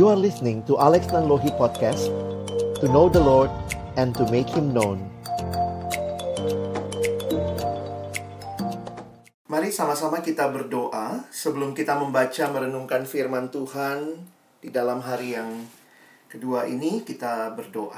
You are listening to Alex Nanlohi Podcast, to know the Lord and to make Him known. Mari sama-sama kita berdoa sebelum kita membaca merenungkan firman Tuhan di dalam hari yang kedua ini. Kita berdoa.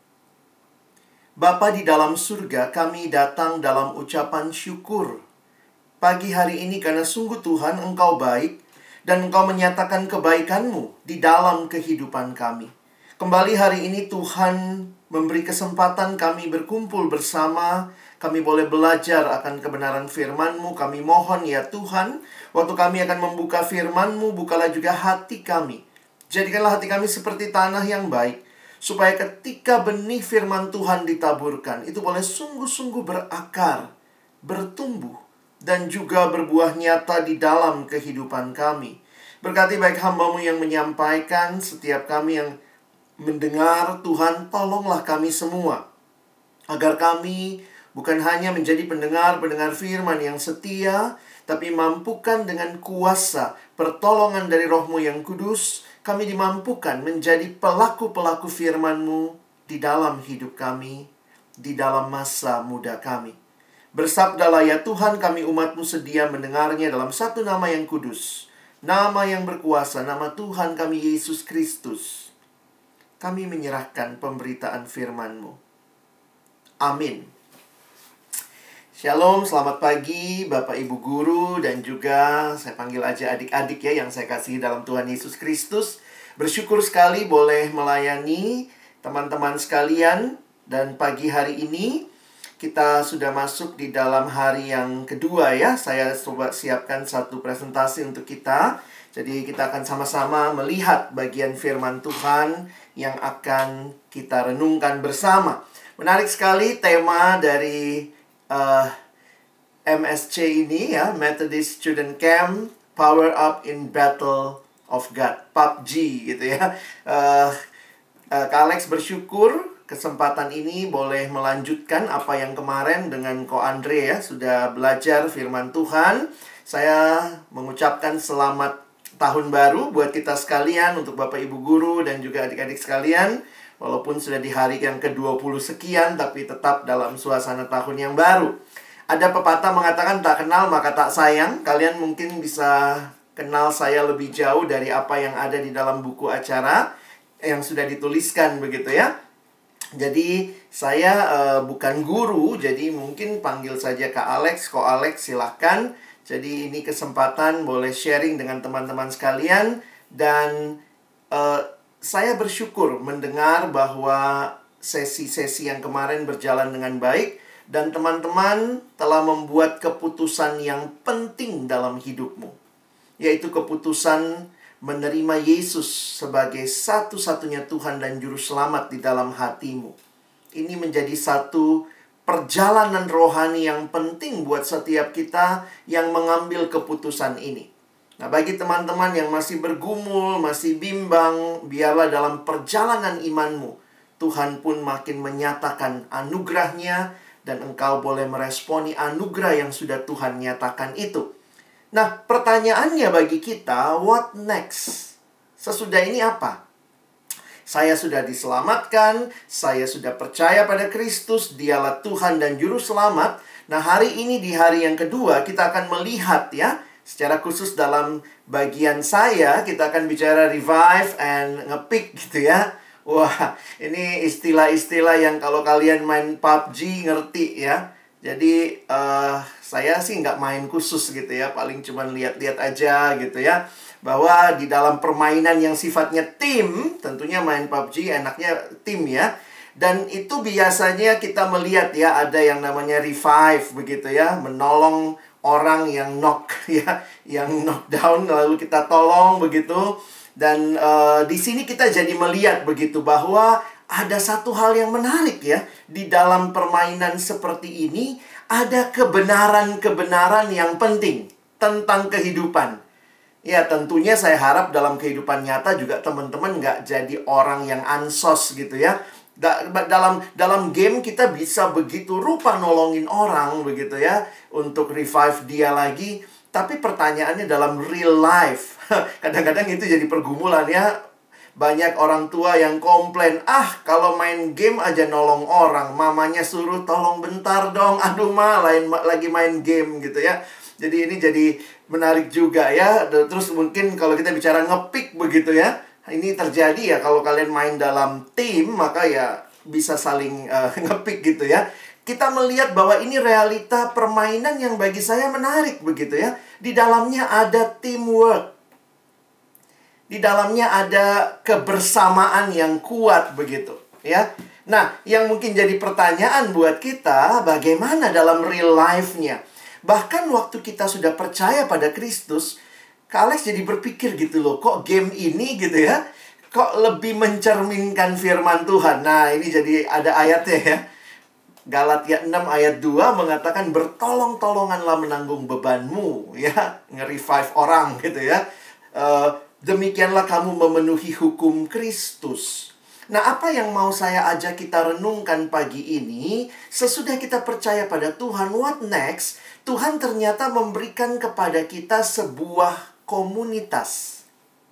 Bapa di dalam surga, kami datang dalam ucapan syukur pagi hari ini karena sungguh Tuhan Engkau baik dan Engkau menyatakan kebaikan-Mu di dalam kehidupan kami. Kembali hari ini Tuhan memberi kesempatan kami berkumpul bersama. Kami boleh belajar akan kebenaran firman-Mu. Kami mohon ya Tuhan, waktu kami akan membuka firman-Mu, bukalah juga hati kami. Jadikanlah hati kami seperti tanah yang baik, supaya ketika benih firman Tuhan ditaburkan, itu boleh sungguh-sungguh berakar, bertumbuh, dan juga berbuah nyata di dalam kehidupan kami. Berkati baik hamba-Mu yang menyampaikan, setiap kami yang mendengar. Tuhan, tolonglah kami semua, agar kami bukan hanya menjadi pendengar-pendengar firman yang setia, tapi mampukan dengan kuasa pertolongan dari Roh-Mu yang kudus, kami dimampukan menjadi pelaku-pelaku firman-Mu di dalam hidup kami, di dalam masa muda kami. Bersabdalah ya Tuhan, kami umat-Mu sedia mendengarnya dalam satu nama yang kudus, nama yang berkuasa, nama Tuhan kami Yesus Kristus. Kami menyerahkan pemberitaan firman-Mu. Amin. Shalom, selamat pagi Bapak Ibu Guru dan juga saya panggil aja adik-adik ya yang saya kasih dalam Tuhan Yesus Kristus. Bersyukur sekali boleh melayani teman-teman sekalian. Dan pagi hari ini kita sudah masuk di dalam hari yang kedua ya. Saya coba siapkan satu presentasi untuk kita. Jadi kita akan sama-sama melihat bagian firman Tuhan yang akan kita renungkan bersama. Menarik sekali tema dari MSC ini ya, Methodist Student Camp, Power Up in Battle of God, PUBG gitu ya. Kak Alex bersyukur kesempatan ini boleh melanjutkan apa yang kemarin dengan Ko Andre ya, sudah belajar firman Tuhan. Saya mengucapkan selamat tahun baru buat kita sekalian, untuk Bapak Ibu Guru dan juga adik-adik sekalian. Walaupun sudah di hari yang ke-20 sekian, tapi tetap dalam suasana tahun yang baru. Ada pepatah mengatakan tak kenal maka tak sayang. Kalian mungkin bisa kenal saya lebih jauh dari apa yang ada di dalam buku acara yang sudah dituliskan begitu ya. Jadi saya bukan guru, jadi mungkin panggil saja Kak Alex. Ko Alex silahkan. Jadi ini kesempatan boleh sharing dengan teman-teman sekalian. Dan saya bersyukur mendengar bahwa sesi-sesi yang kemarin berjalan dengan baik, dan teman-teman telah membuat keputusan yang penting dalam hidupmu, yaitu keputusan menerima Yesus sebagai satu-satunya Tuhan dan Juru Selamat di dalam hatimu. Ini menjadi satu perjalanan rohani yang penting buat setiap kita yang mengambil keputusan ini. Nah, bagi teman-teman yang masih bergumul, masih bimbang, biarlah dalam perjalanan imanmu, Tuhan pun makin menyatakan anugerah-Nya, dan engkau boleh meresponi anugerah yang sudah Tuhan nyatakan itu. Nah, pertanyaannya bagi kita, what next? Sesudah ini apa? Saya sudah diselamatkan, saya sudah percaya pada Kristus, Dialah Tuhan dan Juru Selamat. Nah, hari ini di hari yang kedua, kita akan melihat ya, secara khusus dalam bagian saya, kita akan bicara revive and nge-pick gitu ya. Wah, ini istilah-istilah yang kalau kalian main PUBG ngerti ya. Jadi, saya sih nggak main khusus gitu ya. Paling cuman lihat-lihat aja gitu ya. Bahwa di dalam permainan yang sifatnya tim, tentunya main PUBG enaknya tim ya. Dan itu biasanya kita melihat ya, ada yang namanya revive begitu ya. Menolong orang yang knock ya, yang knockdown lalu kita tolong begitu. Dan di sini kita jadi melihat begitu bahwa ada satu hal yang menarik ya. Di dalam permainan seperti ini ada kebenaran-kebenaran yang penting tentang kehidupan. Ya, tentunya saya harap dalam kehidupan nyata juga teman-teman nggak jadi orang yang ansos gitu ya. Dalam game kita bisa begitu rupa nolongin orang begitu ya, untuk revive dia lagi. Tapi pertanyaannya dalam real life, kadang-kadang itu jadi pergumulan ya. Banyak orang tua yang komplain, kalau main game aja nolong orang, mamanya suruh tolong bentar dong, aduh lagi main game gitu ya. Jadi ini jadi menarik juga ya. Terus mungkin kalau kita bicara ngepick begitu ya, ini terjadi ya kalau kalian main dalam tim, maka ya bisa saling ngepick gitu ya. Kita melihat bahwa ini realita permainan yang bagi saya menarik begitu ya. Di dalamnya ada teamwork. Di dalamnya ada kebersamaan yang kuat begitu ya. Nah, yang mungkin jadi pertanyaan buat kita, bagaimana dalam real life-nya? Bahkan waktu kita sudah percaya pada Kristus, Kak Alex jadi berpikir gitu loh, kok game ini gitu ya, kok lebih mencerminkan firman Tuhan. Nah, ini jadi ada ayatnya ya. Galatia 6 ayat 2 mengatakan bertolong-tolonganlah menanggung bebanmu ya, nge-revive orang gitu ya. Demikianlah kamu memenuhi hukum Kristus. Nah, apa yang mau saya ajak kita renungkan pagi ini, sesudah kita percaya pada Tuhan, what next? Tuhan ternyata memberikan kepada kita sebuah komunitas.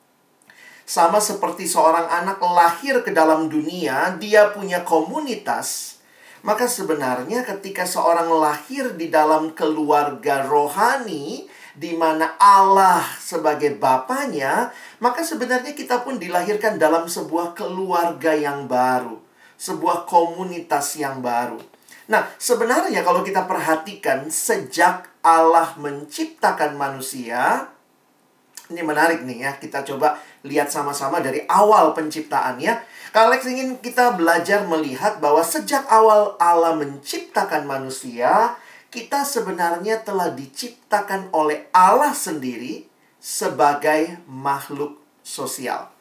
Sama seperti seorang anak lahir ke dalam dunia, dia punya komunitas. Maka sebenarnya ketika seorang lahir di dalam keluarga rohani, di mana Allah sebagai bapanya, maka sebenarnya kita pun dilahirkan dalam sebuah keluarga yang baru, sebuah komunitas yang baru. Nah, sebenarnya kalau kita perhatikan sejak Allah menciptakan manusia, ini menarik nih ya, kita coba lihat sama-sama dari awal penciptaannya. Kak Alex ingin kita belajar melihat bahwa sejak awal Allah menciptakan manusia, kita sebenarnya telah diciptakan oleh Allah sendiri sebagai makhluk sosial.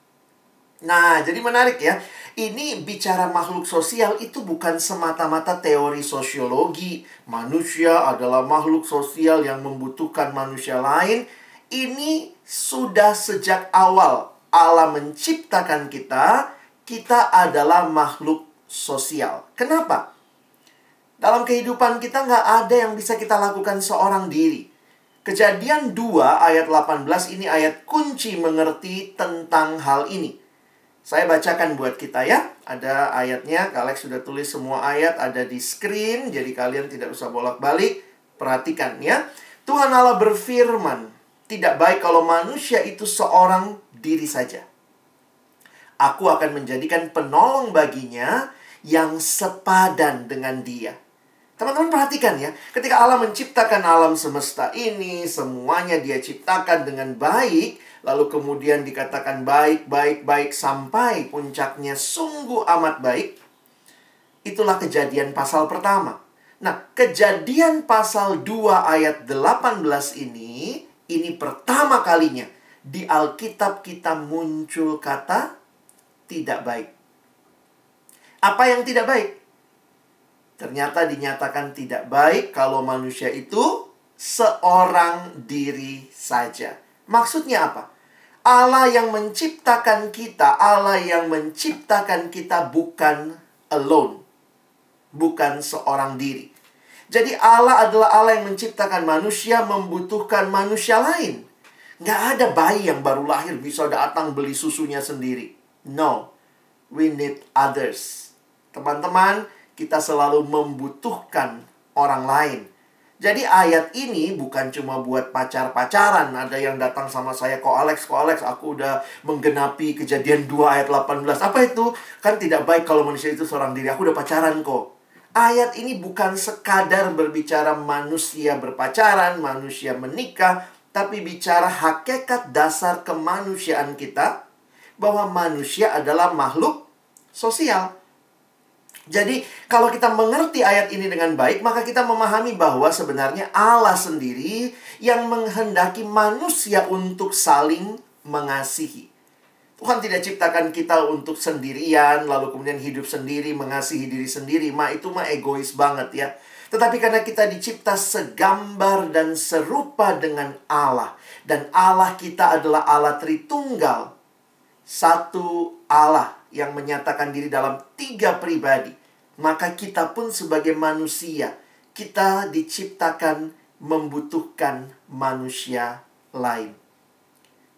Nah, jadi menarik ya. Ini bicara makhluk sosial itu bukan semata-mata teori sosiologi. Manusia adalah makhluk sosial yang membutuhkan manusia lain. Ini sudah sejak awal Allah menciptakan kita, kita adalah makhluk sosial. Kenapa? Dalam kehidupan kita nggak ada yang bisa kita lakukan seorang diri. Kejadian 2 ayat 18 ini ayat kunci mengerti tentang hal ini. Saya bacakan buat kita ya. Ada ayatnya, Kak Alex sudah tulis semua ayat, ada di screen. Jadi kalian tidak usah bolak-balik. Perhatikan ya. Tuhan Allah berfirman, tidak baik kalau manusia itu seorang diri saja. Aku akan menjadikan penolong baginya yang sepadan dengan dia. Teman-teman perhatikan ya, ketika Allah menciptakan alam semesta ini, semuanya dia ciptakan dengan baik, lalu kemudian dikatakan baik, baik, baik, sampai puncaknya sungguh amat baik. Itulah Kejadian pasal pertama. Nah, Kejadian pasal 2 ayat 18 ini pertama kalinya di Alkitab kita muncul kata tidak baik. Apa yang tidak baik? Ternyata dinyatakan tidak baik kalau manusia itu seorang diri saja. Maksudnya apa? Allah yang menciptakan kita bukan alone. Bukan seorang diri. Jadi Allah adalah Allah yang menciptakan manusia, membutuhkan manusia lain. Nggak ada bayi yang baru lahir bisa datang beli susunya sendiri. No, we need others. Teman-teman, kita selalu membutuhkan orang lain. Jadi ayat ini bukan cuma buat pacar-pacaran. Ada yang datang sama saya, kok Alex, aku udah menggenapi Kejadian 2 ayat 18. Apa itu? Kan tidak baik kalau manusia itu seorang diri. Aku udah pacaran kok. Ayat ini bukan sekadar berbicara manusia berpacaran, manusia menikah, tapi bicara hakikat dasar kemanusiaan kita, bahwa manusia adalah makhluk sosial. Jadi, kalau kita mengerti ayat ini dengan baik, maka kita memahami bahwa sebenarnya Allah sendiri yang menghendaki manusia untuk saling mengasihi. Tuhan tidak ciptakan kita untuk sendirian, lalu kemudian hidup sendiri, mengasihi diri sendiri. Itu egois banget ya. Tetapi karena kita dicipta segambar dan serupa dengan Allah. Dan Allah kita adalah Allah Tritunggal. Satu Allah yang menyatakan diri dalam 3 pribadi. Maka kita pun sebagai manusia, kita diciptakan membutuhkan manusia lain.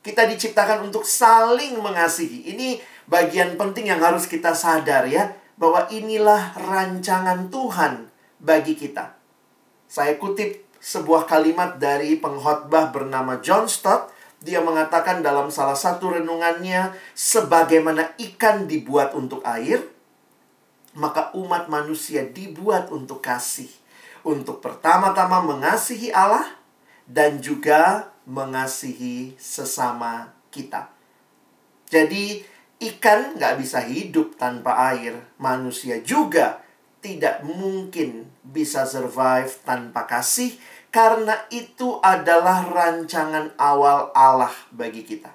Kita diciptakan untuk saling mengasihi. Ini bagian penting yang harus kita sadar ya, bahwa inilah rancangan Tuhan bagi kita. Saya kutip sebuah kalimat dari pengkhotbah bernama John Stott. Dia mengatakan dalam salah satu renungannya, sebagaimana ikan dibuat untuk air, maka umat manusia dibuat untuk kasih. Untuk pertama-tama mengasihi Allah dan juga mengasihi sesama kita. Jadi ikan nggak bisa hidup tanpa air. Manusia juga tidak mungkin bisa survive tanpa kasih, karena itu adalah rancangan awal Allah bagi kita.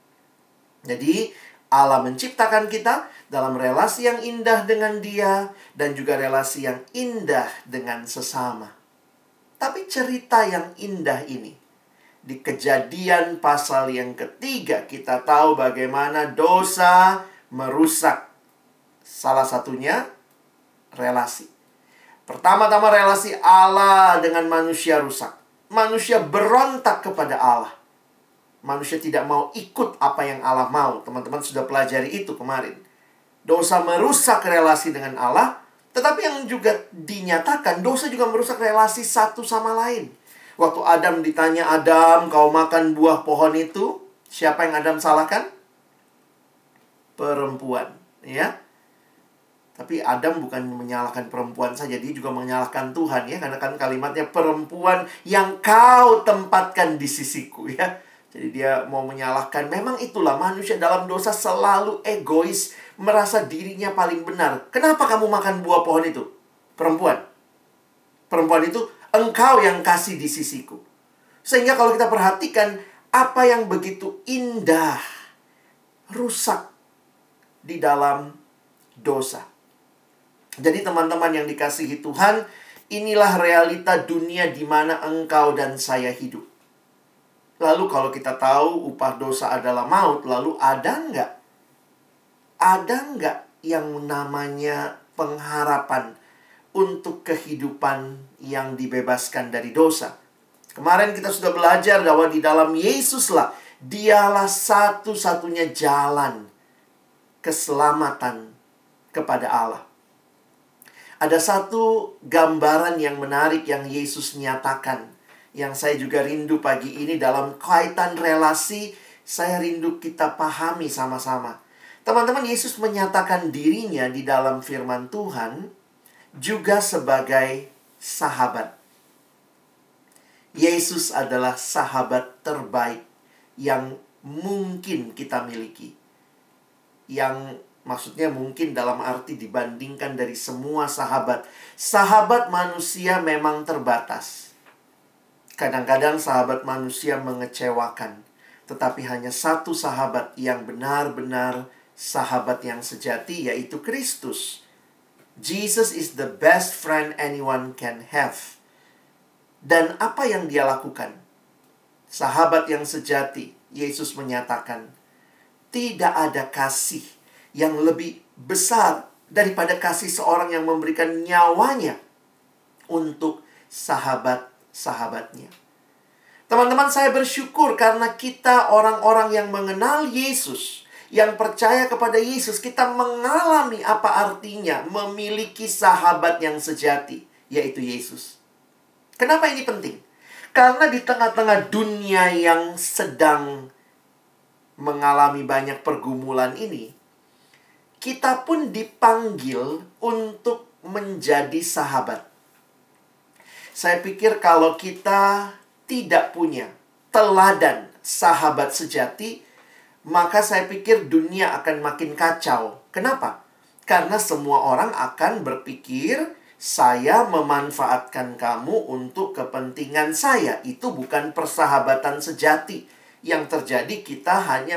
Jadi Allah menciptakan kita dalam relasi yang indah dengan Dia dan juga relasi yang indah dengan sesama. Tapi cerita yang indah ini, di Kejadian pasal yang ketiga, kita tahu bagaimana dosa merusak salah satunya relasi. Pertama-tama relasi Allah dengan manusia rusak. Manusia berontak kepada Allah. Manusia tidak mau ikut apa yang Allah mau. Teman-teman sudah pelajari itu kemarin. Dosa merusak relasi dengan Allah. Tetapi yang juga dinyatakan, dosa juga merusak relasi satu sama lain. Waktu Adam ditanya, Adam, kau makan buah pohon itu? Siapa yang Adam salahkan? Perempuan, ya. Tapi Adam bukan menyalahkan perempuan saja, dia juga menyalahkan Tuhan, ya. Karena kan kalimatnya perempuan yang kau tempatkan di sisiku, ya. Jadi dia mau menyalahkan. Memang itulah manusia dalam dosa selalu egois, merasa dirinya paling benar. Kenapa kamu makan buah pohon itu? Perempuan. Perempuan itu engkau yang kasih di sisiku. Sehingga kalau kita perhatikan, apa yang begitu indah rusak di dalam dosa. Jadi teman-teman yang dikasihi Tuhan, inilah realita dunia di mana engkau dan saya hidup. Lalu kalau kita tahu upah dosa adalah maut, lalu ada nggak yang namanya pengharapan untuk kehidupan yang dibebaskan dari dosa? Kemarin kita sudah belajar bahwa di dalam Yesuslah, Dialah satu-satunya jalan keselamatan kepada Allah. Ada satu gambaran yang menarik yang Yesus nyatakan, yang saya juga rindu pagi ini dalam kaitan relasi. Saya rindu kita pahami sama-sama. Teman-teman, Yesus menyatakan dirinya di dalam firman Tuhan juga sebagai sahabat. Yesus adalah sahabat terbaik yang mungkin kita miliki. Yang maksudnya mungkin dalam arti dibandingkan dari semua sahabat. Sahabat manusia memang terbatas. Kadang-kadang sahabat manusia mengecewakan. Tetapi hanya satu sahabat yang benar-benar sahabat yang sejati, yaitu Kristus. Jesus is the best friend anyone can have. Dan apa yang dia lakukan? Sahabat yang sejati, Yesus menyatakan, tidak ada kasih yang lebih besar daripada kasih seorang yang memberikan nyawanya untuk sahabatnya. Teman-teman, saya bersyukur karena kita orang-orang yang mengenal Yesus, yang percaya kepada Yesus, kita mengalami apa artinya memiliki sahabat yang sejati, yaitu Yesus. Kenapa ini penting? Karena di tengah-tengah dunia yang sedang mengalami banyak pergumulan ini, kita pun dipanggil untuk menjadi sahabat. Saya pikir kalau kita tidak punya teladan sahabat sejati, maka saya pikir dunia akan makin kacau. Kenapa? Karena semua orang akan berpikir, saya memanfaatkan kamu untuk kepentingan saya. Itu bukan persahabatan sejati. Yang terjadi kita hanya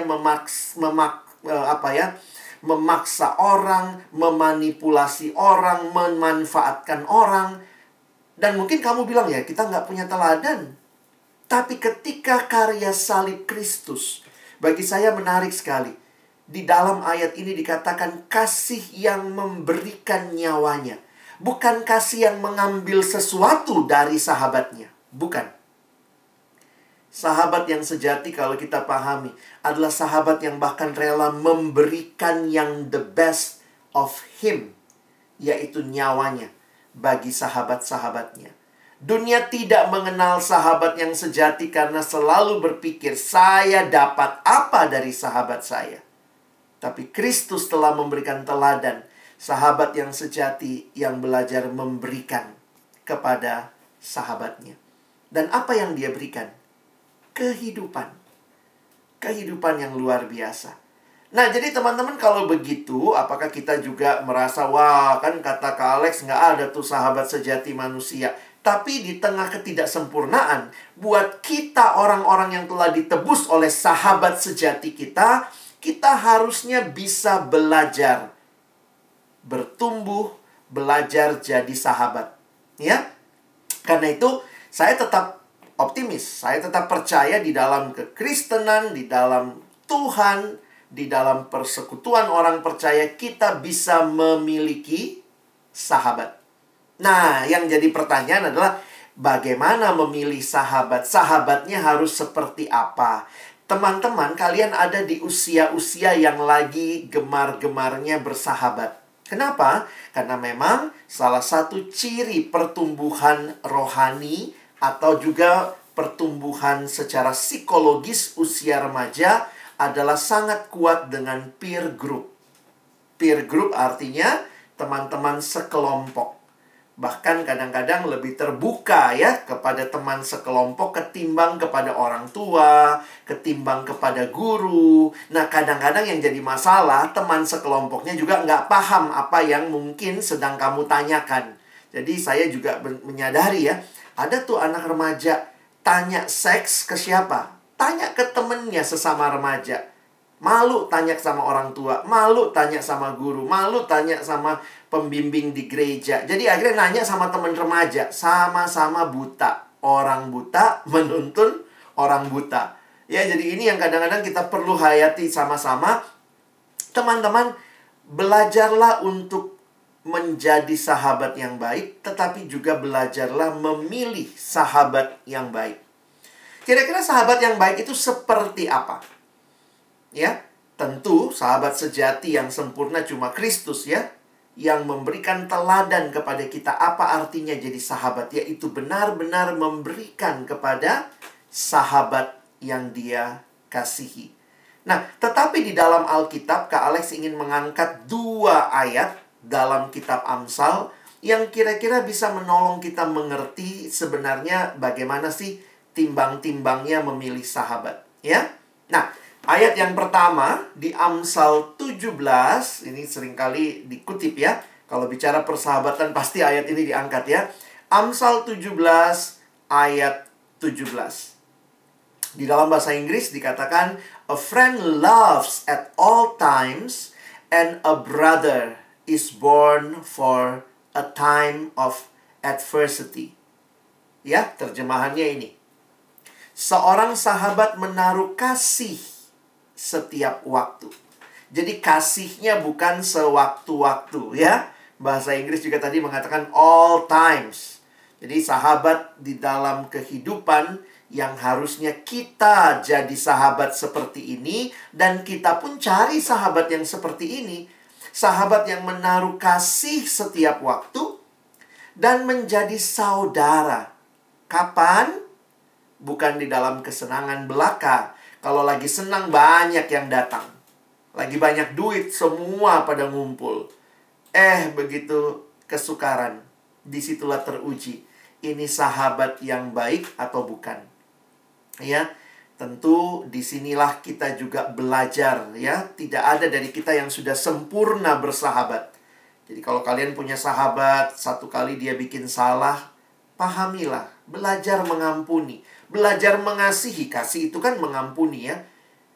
memaksa orang, memanipulasi orang, memanfaatkan orang. Dan mungkin kamu bilang, ya kita nggak punya teladan. Tapi ketika karya salib Kristus, bagi saya menarik sekali. Di dalam ayat ini dikatakan kasih yang memberikan nyawanya. Bukan kasih yang mengambil sesuatu dari sahabatnya. Bukan. Sahabat yang sejati kalau kita pahami adalah sahabat yang bahkan rela memberikan yang the best of him, yaitu nyawanya bagi sahabat-sahabatnya. Dunia tidak mengenal sahabat yang sejati karena selalu berpikir, saya dapat apa dari sahabat saya. Tapi Kristus telah memberikan teladan sahabat yang sejati yang belajar memberikan kepada sahabatnya. Dan apa yang dia berikan? Kehidupan. Kehidupan yang luar biasa. Nah, jadi teman-teman kalau begitu, apakah kita juga merasa, wah kan kata Kak Alex nggak ada tuh sahabat sejati manusia. Tapi di tengah ketidaksempurnaan, buat kita orang-orang yang telah ditebus oleh sahabat sejati kita, kita harusnya bisa belajar bertumbuh, belajar jadi sahabat. Ya, karena itu saya tetap optimis. Saya tetap percaya di dalam kekristenan, di dalam Tuhan, di dalam persekutuan orang percaya, kita bisa memiliki sahabat. Nah, yang jadi pertanyaan adalah bagaimana memilih sahabat? Sahabatnya harus seperti apa? Teman-teman, kalian ada di usia-usia yang lagi gemar-gemarnya bersahabat. Kenapa? Karena memang salah satu ciri pertumbuhan rohani atau juga pertumbuhan secara psikologis usia remaja adalah sangat kuat dengan peer group. Peer group artinya teman-teman sekelompok. Bahkan kadang-kadang lebih terbuka ya kepada teman sekelompok ketimbang kepada orang tua, ketimbang kepada guru. Nah, kadang-kadang yang jadi masalah, teman sekelompoknya juga nggak paham apa yang mungkin sedang kamu tanyakan. Jadi saya juga menyadari ya, ada tuh anak remaja tanya seks ke siapa? Tanya ke temennya sesama remaja. Malu tanya sama orang tua, malu tanya sama guru, malu tanya sama pembimbing di gereja. Jadi akhirnya nanya sama teman remaja, sama-sama buta. Orang buta menuntun orang buta. Ya, jadi ini yang kadang-kadang kita perlu hayati sama-sama. Teman-teman, belajarlah untuk menjadi sahabat yang baik, tetapi juga belajarlah memilih sahabat yang baik. Kira-kira sahabat yang baik itu seperti apa? Ya, tentu sahabat sejati yang sempurna cuma Kristus ya, yang memberikan teladan kepada kita apa artinya jadi sahabat, yaitu benar-benar memberikan kepada sahabat yang dia kasihi. Nah, tetapi di dalam Alkitab, Kak Alex ingin mengangkat 2 ayat dalam kitab Amsal yang kira-kira bisa menolong kita mengerti sebenarnya bagaimana sih timbang-timbangnya memilih sahabat, ya. Nah, ayat yang pertama di Amsal 17, ini seringkali dikutip ya. Kalau bicara persahabatan pasti ayat ini diangkat ya. Amsal 17 ayat 17. Di dalam bahasa Inggris dikatakan, a friend loves at all times and a brother is born for a time of adversity. Ya, terjemahannya ini. Seorang sahabat menaruh kasih setiap waktu. Jadi kasihnya bukan sewaktu-waktu ya. Bahasa Inggris juga tadi mengatakan all times. Jadi sahabat di dalam kehidupan yang harusnya kita jadi sahabat seperti ini, dan kita pun cari sahabat yang seperti ini. Sahabat yang menaruh kasih setiap waktu dan menjadi saudara. Kapan? Bukan di dalam kesenangan belaka. Kalau lagi senang banyak yang datang. Lagi banyak duit, semua pada ngumpul. Begitu kesukaran, disitulah teruji. Ini sahabat yang baik atau bukan. Ya, tentu disinilah kita juga belajar ya. Tidak ada dari kita yang sudah sempurna bersahabat. Jadi kalau kalian punya sahabat, satu kali dia bikin salah, pahamilah, belajar mengampuni, belajar mengasihi. Kasih itu kan mengampuni ya.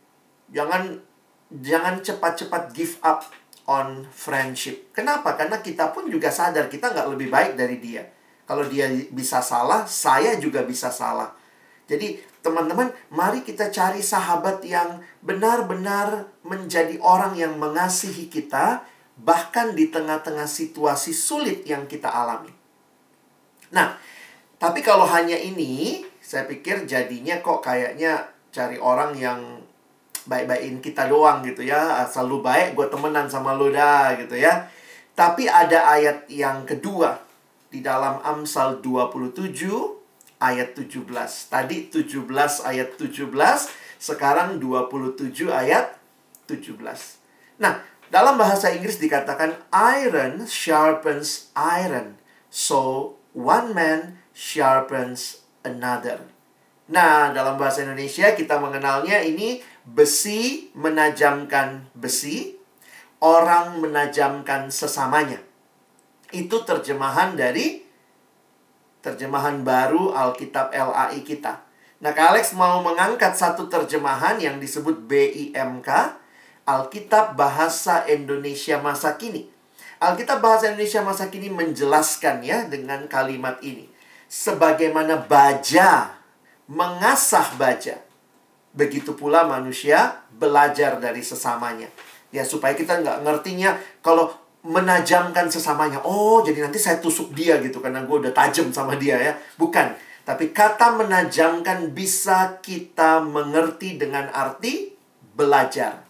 Jangan cepat-cepat give up on friendship. Kenapa? Karena kita pun juga sadar kita nggak lebih baik dari dia. Kalau dia bisa salah, saya juga bisa salah. Jadi teman-teman, mari kita cari sahabat yang benar-benar menjadi orang yang mengasihi kita, bahkan di tengah-tengah situasi sulit yang kita alami. Nah, tapi kalau hanya ini, Saya pikir jadinya kok kayaknya cari orang yang baik-baikin kita doang gitu ya. Asal lu baik, gue temenan sama lu dah gitu ya. Tapi ada ayat yang kedua di dalam Amsal 27 ayat 17. Tadi 17 ayat 17, sekarang 27 ayat 17. Nah, dalam bahasa Inggris dikatakan iron sharpens iron. So, one man sharpens another. Nah, dalam bahasa Indonesia kita mengenalnya ini besi menajamkan besi, orang menajamkan sesamanya. Itu terjemahan dari terjemahan baru Alkitab LAI kita. Nah, Kak Alex mau mengangkat satu terjemahan yang disebut BIMK, Alkitab Bahasa Indonesia Masa Kini. Alkitab Bahasa Indonesia Masa Kini menjelaskan ya dengan kalimat ini. Sebagaimana baja mengasah baja, begitu pula manusia belajar dari sesamanya. Ya, supaya kita nggak ngertinya kalau menajamkan sesamanya. Oh, jadi nanti saya tusuk dia gitu karena gue udah tajam sama dia ya. Bukan. Tapi kata menajamkan bisa kita mengerti dengan arti belajar.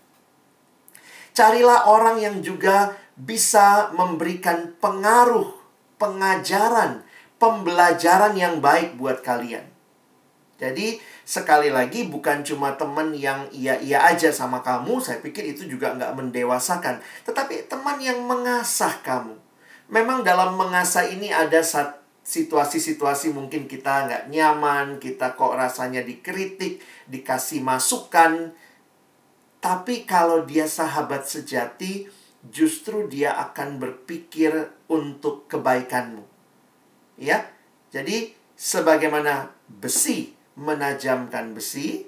Carilah orang yang juga bisa memberikan pengaruh, pengajaran, pembelajaran yang baik buat kalian. Jadi, sekali lagi bukan cuma teman yang iya-iya aja sama kamu. Saya pikir itu juga nggak mendewasakan. Tetapi teman yang mengasah kamu. Memang dalam mengasah ini ada situasi-situasi mungkin kita nggak nyaman. Kita kok rasanya dikritik, dikasih masukan. Tapi kalau dia sahabat sejati, justru dia akan berpikir untuk kebaikanmu. Ya, jadi sebagaimana besi menajamkan besi,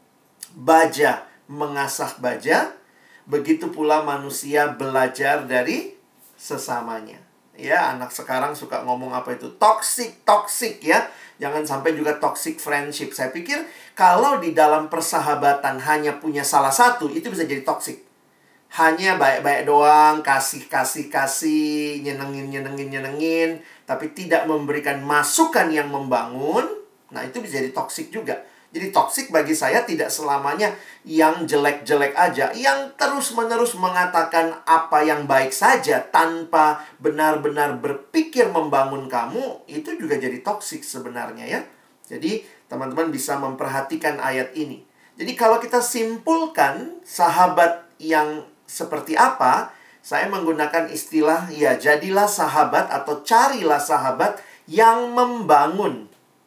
baja mengasah baja, begitu pula manusia belajar dari sesamanya. Ya, anak sekarang suka ngomong apa itu toxic ya. Jangan sampai juga toxic friendship. Saya pikir kalau di dalam persahabatan hanya punya salah satu, itu bisa jadi toxic. Hanya baik-baik doang, kasih, nyenengin, tapi tidak memberikan masukan yang membangun. Nah, itu bisa jadi toksik juga. Jadi toksik bagi saya tidak selamanya yang jelek-jelek aja. Yang terus-menerus mengatakan apa yang baik saja tanpa benar-benar berpikir membangun kamu, itu juga jadi toksik sebenarnya ya. Jadi teman-teman bisa memperhatikan ayat ini. Jadi kalau kita simpulkan sahabat yang seperti apa, saya menggunakan istilah ya jadilah sahabat atau carilah sahabat yang membangun,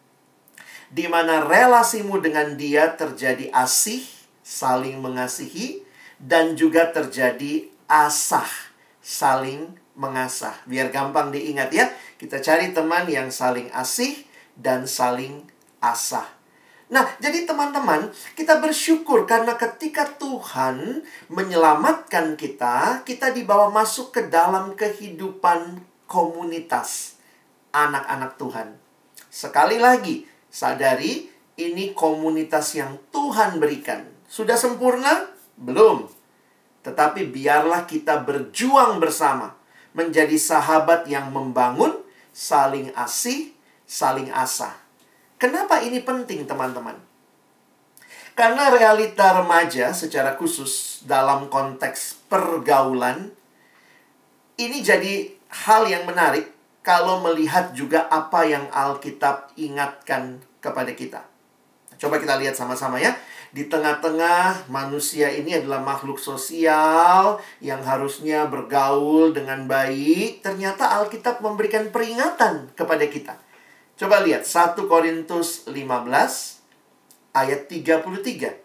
di mana relasimu dengan dia terjadi asih, saling mengasihi, dan juga terjadi asah, saling mengasah. Biar gampang diingat ya, kita cari teman yang saling asih dan saling asah. Nah, jadi teman-teman, kita bersyukur karena ketika Tuhan menyelamatkan kita, kita dibawa masuk ke dalam kehidupan komunitas anak-anak Tuhan. Sekali lagi, sadari, ini komunitas yang Tuhan berikan. Sudah sempurna? Belum. Tetapi biarlah kita berjuang bersama. Menjadi sahabat yang membangun, saling asih, saling asah. Kenapa ini penting, teman-teman? Karena realita remaja secara khusus dalam konteks pergaulan, ini jadi hal yang menarik kalau melihat juga apa yang Alkitab ingatkan kepada kita. Coba kita lihat sama-sama ya. Di tengah-tengah manusia ini adalah makhluk sosial yang harusnya bergaul dengan baik. Ternyata Alkitab memberikan peringatan kepada kita. Coba lihat 1 Korintus 15 ayat 33.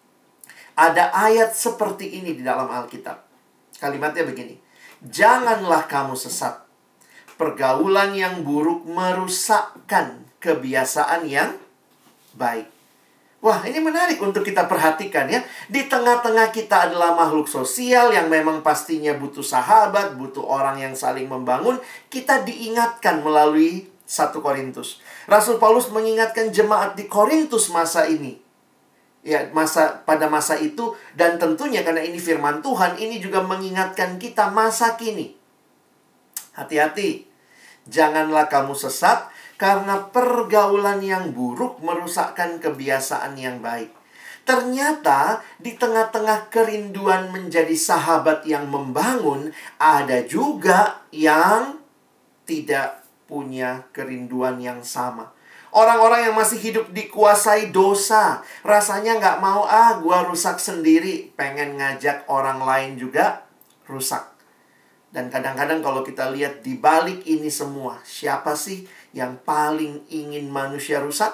Ada ayat seperti ini di dalam Alkitab. Kalimatnya begini. Janganlah kamu sesat. Pergaulan yang buruk merusakkan kebiasaan yang baik. Wah, ini menarik untuk kita perhatikan ya. Di tengah-tengah kita adalah makhluk sosial yang memang pastinya butuh sahabat, butuh orang yang saling membangun. Kita diingatkan melalui 1 Korintus. Rasul Paulus mengingatkan jemaat di Korintus masa ini. Ya, pada masa itu, dan tentunya karena ini firman Tuhan, ini juga mengingatkan kita masa kini. Hati-hati. Janganlah kamu sesat. Karena pergaulan yang buruk merusakkan kebiasaan yang baik. Ternyata di tengah-tengah kerinduan menjadi sahabat yang membangun, ada juga yang tidak punya kerinduan yang sama. Orang-orang yang masih hidup dikuasai dosa, rasanya nggak mau, gua rusak sendiri. Pengen ngajak orang lain juga rusak. Dan kadang-kadang kalau kita lihat di balik ini semua, siapa sih yang paling ingin manusia rusak?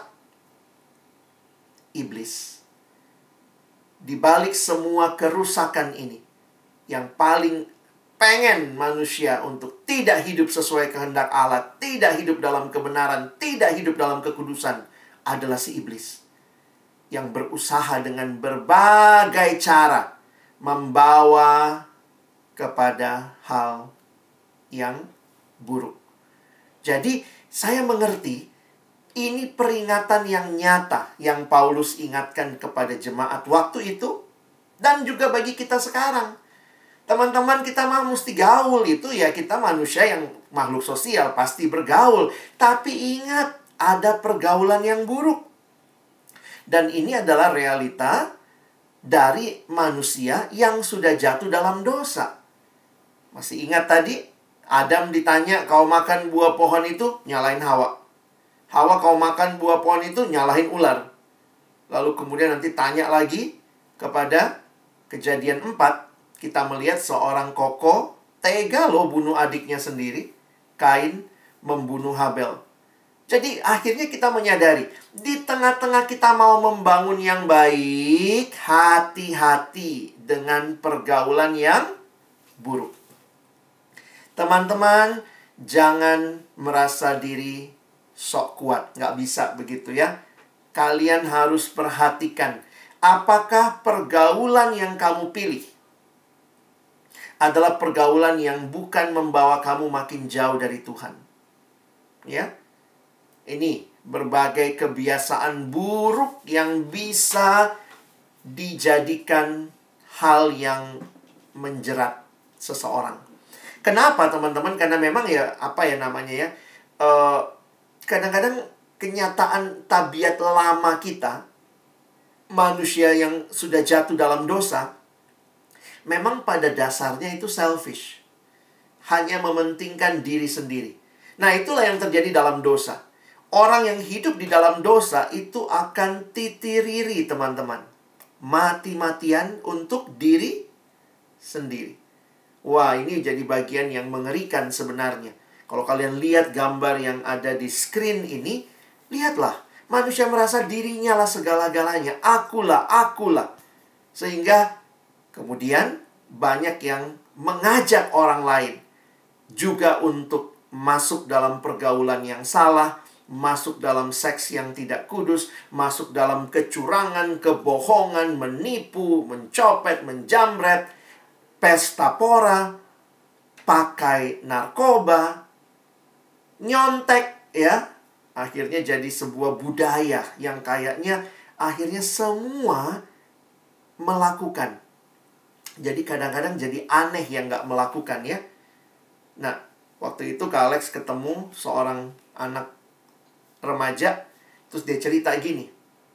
Iblis. Di balik semua kerusakan ini, yang paling pengen manusia untuk tidak hidup sesuai kehendak Allah, tidak hidup dalam kebenaran, tidak hidup dalam kekudusan, adalah si iblis. Yang berusaha dengan berbagai cara membawa kepada hal yang buruk. Jadi, saya mengerti ini peringatan yang nyata yang Paulus ingatkan kepada jemaat waktu itu dan juga bagi kita sekarang. Teman-teman, kita mah mesti gaul, itu ya, kita manusia yang makhluk sosial pasti bergaul. Tapi ingat, ada pergaulan yang buruk. Dan ini adalah realita dari manusia yang sudah jatuh dalam dosa. Masih ingat tadi? Adam ditanya, kau makan buah pohon itu? Nyalahin Hawa. Hawa, kau makan buah pohon itu? Nyalahin ular. Lalu kemudian nanti tanya lagi kepada Kejadian 4. Kita melihat seorang koko tega loh bunuh adiknya sendiri. Kain membunuh Habel. Jadi akhirnya kita menyadari, di tengah-tengah kita mau membangun yang baik, hati-hati dengan pergaulan yang buruk. Teman-teman, jangan merasa diri sok kuat. Nggak bisa begitu ya. Kalian harus perhatikan, apakah pergaulan yang kamu pilih adalah pergaulan yang bukan membawa kamu makin jauh dari Tuhan. Ya. Ini berbagai kebiasaan buruk yang bisa dijadikan hal yang menjerat seseorang. Kenapa teman-teman? Karena memang ya, kadang-kadang kenyataan tabiat lama kita, manusia yang sudah jatuh dalam dosa, memang pada dasarnya itu selfish. Hanya mementingkan diri sendiri. Nah, itulah yang terjadi dalam dosa. Orang yang hidup di dalam dosa itu akan titiriri, teman-teman. Mati-matian untuk diri sendiri. Wah, ini jadi bagian yang mengerikan sebenarnya. Kalau kalian lihat gambar yang ada di screen ini, lihatlah. Manusia merasa dirinya lah segala-galanya. Akulah, akulah. Sehingga kemudian banyak yang mengajak orang lain juga untuk masuk dalam pergaulan yang salah, masuk dalam seks yang tidak kudus, masuk dalam kecurangan, kebohongan, menipu, mencopet, menjamret, pesta pora, pakai narkoba, nyontek, ya. Akhirnya jadi sebuah budaya yang kayaknya akhirnya semua melakukan. Jadi kadang-kadang jadi aneh yang nggak melakukan, ya. Nah, waktu itu Kak Alex ketemu seorang anak remaja, terus dia cerita gini,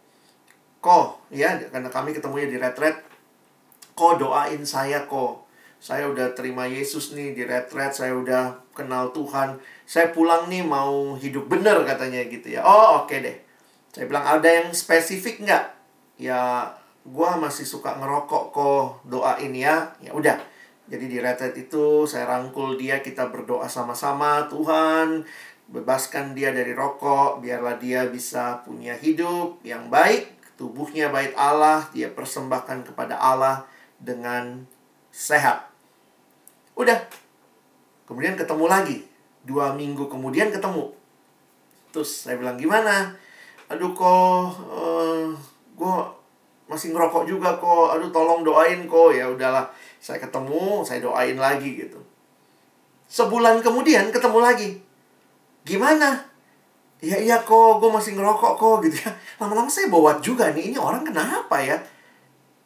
"Ko, ya, karena kami ketemunya di retret, Ko doain saya, Ko. Saya udah terima Yesus nih di retret, saya udah kenal Tuhan. Saya pulang nih mau hidup bener," katanya gitu ya. "Oh, oke deh." Saya bilang, "Ada yang spesifik nggak?" "Ya, gua masih suka ngerokok, Ko. Doain ya." Ya udah. Jadi di retret itu saya rangkul dia, kita berdoa sama-sama, "Tuhan, bebaskan dia dari rokok, biarlah dia bisa punya hidup yang baik, tubuhnya bait Allah, dia persembahkan kepada Allah dengan sehat." Udah. Kemudian ketemu lagi. 2 minggu kemudian ketemu. Terus saya bilang, "Gimana?" "Aduh, kok gue masih ngerokok juga, kok. Aduh, tolong doain, kok." Ya udahlah. Saya ketemu, saya doain lagi gitu. Sebulan kemudian ketemu lagi. "Gimana?" "Ya iya, kok, gue masih ngerokok, kok," gitu ya. Lama-lama saya bawa juga nih, ini orang kenapa ya?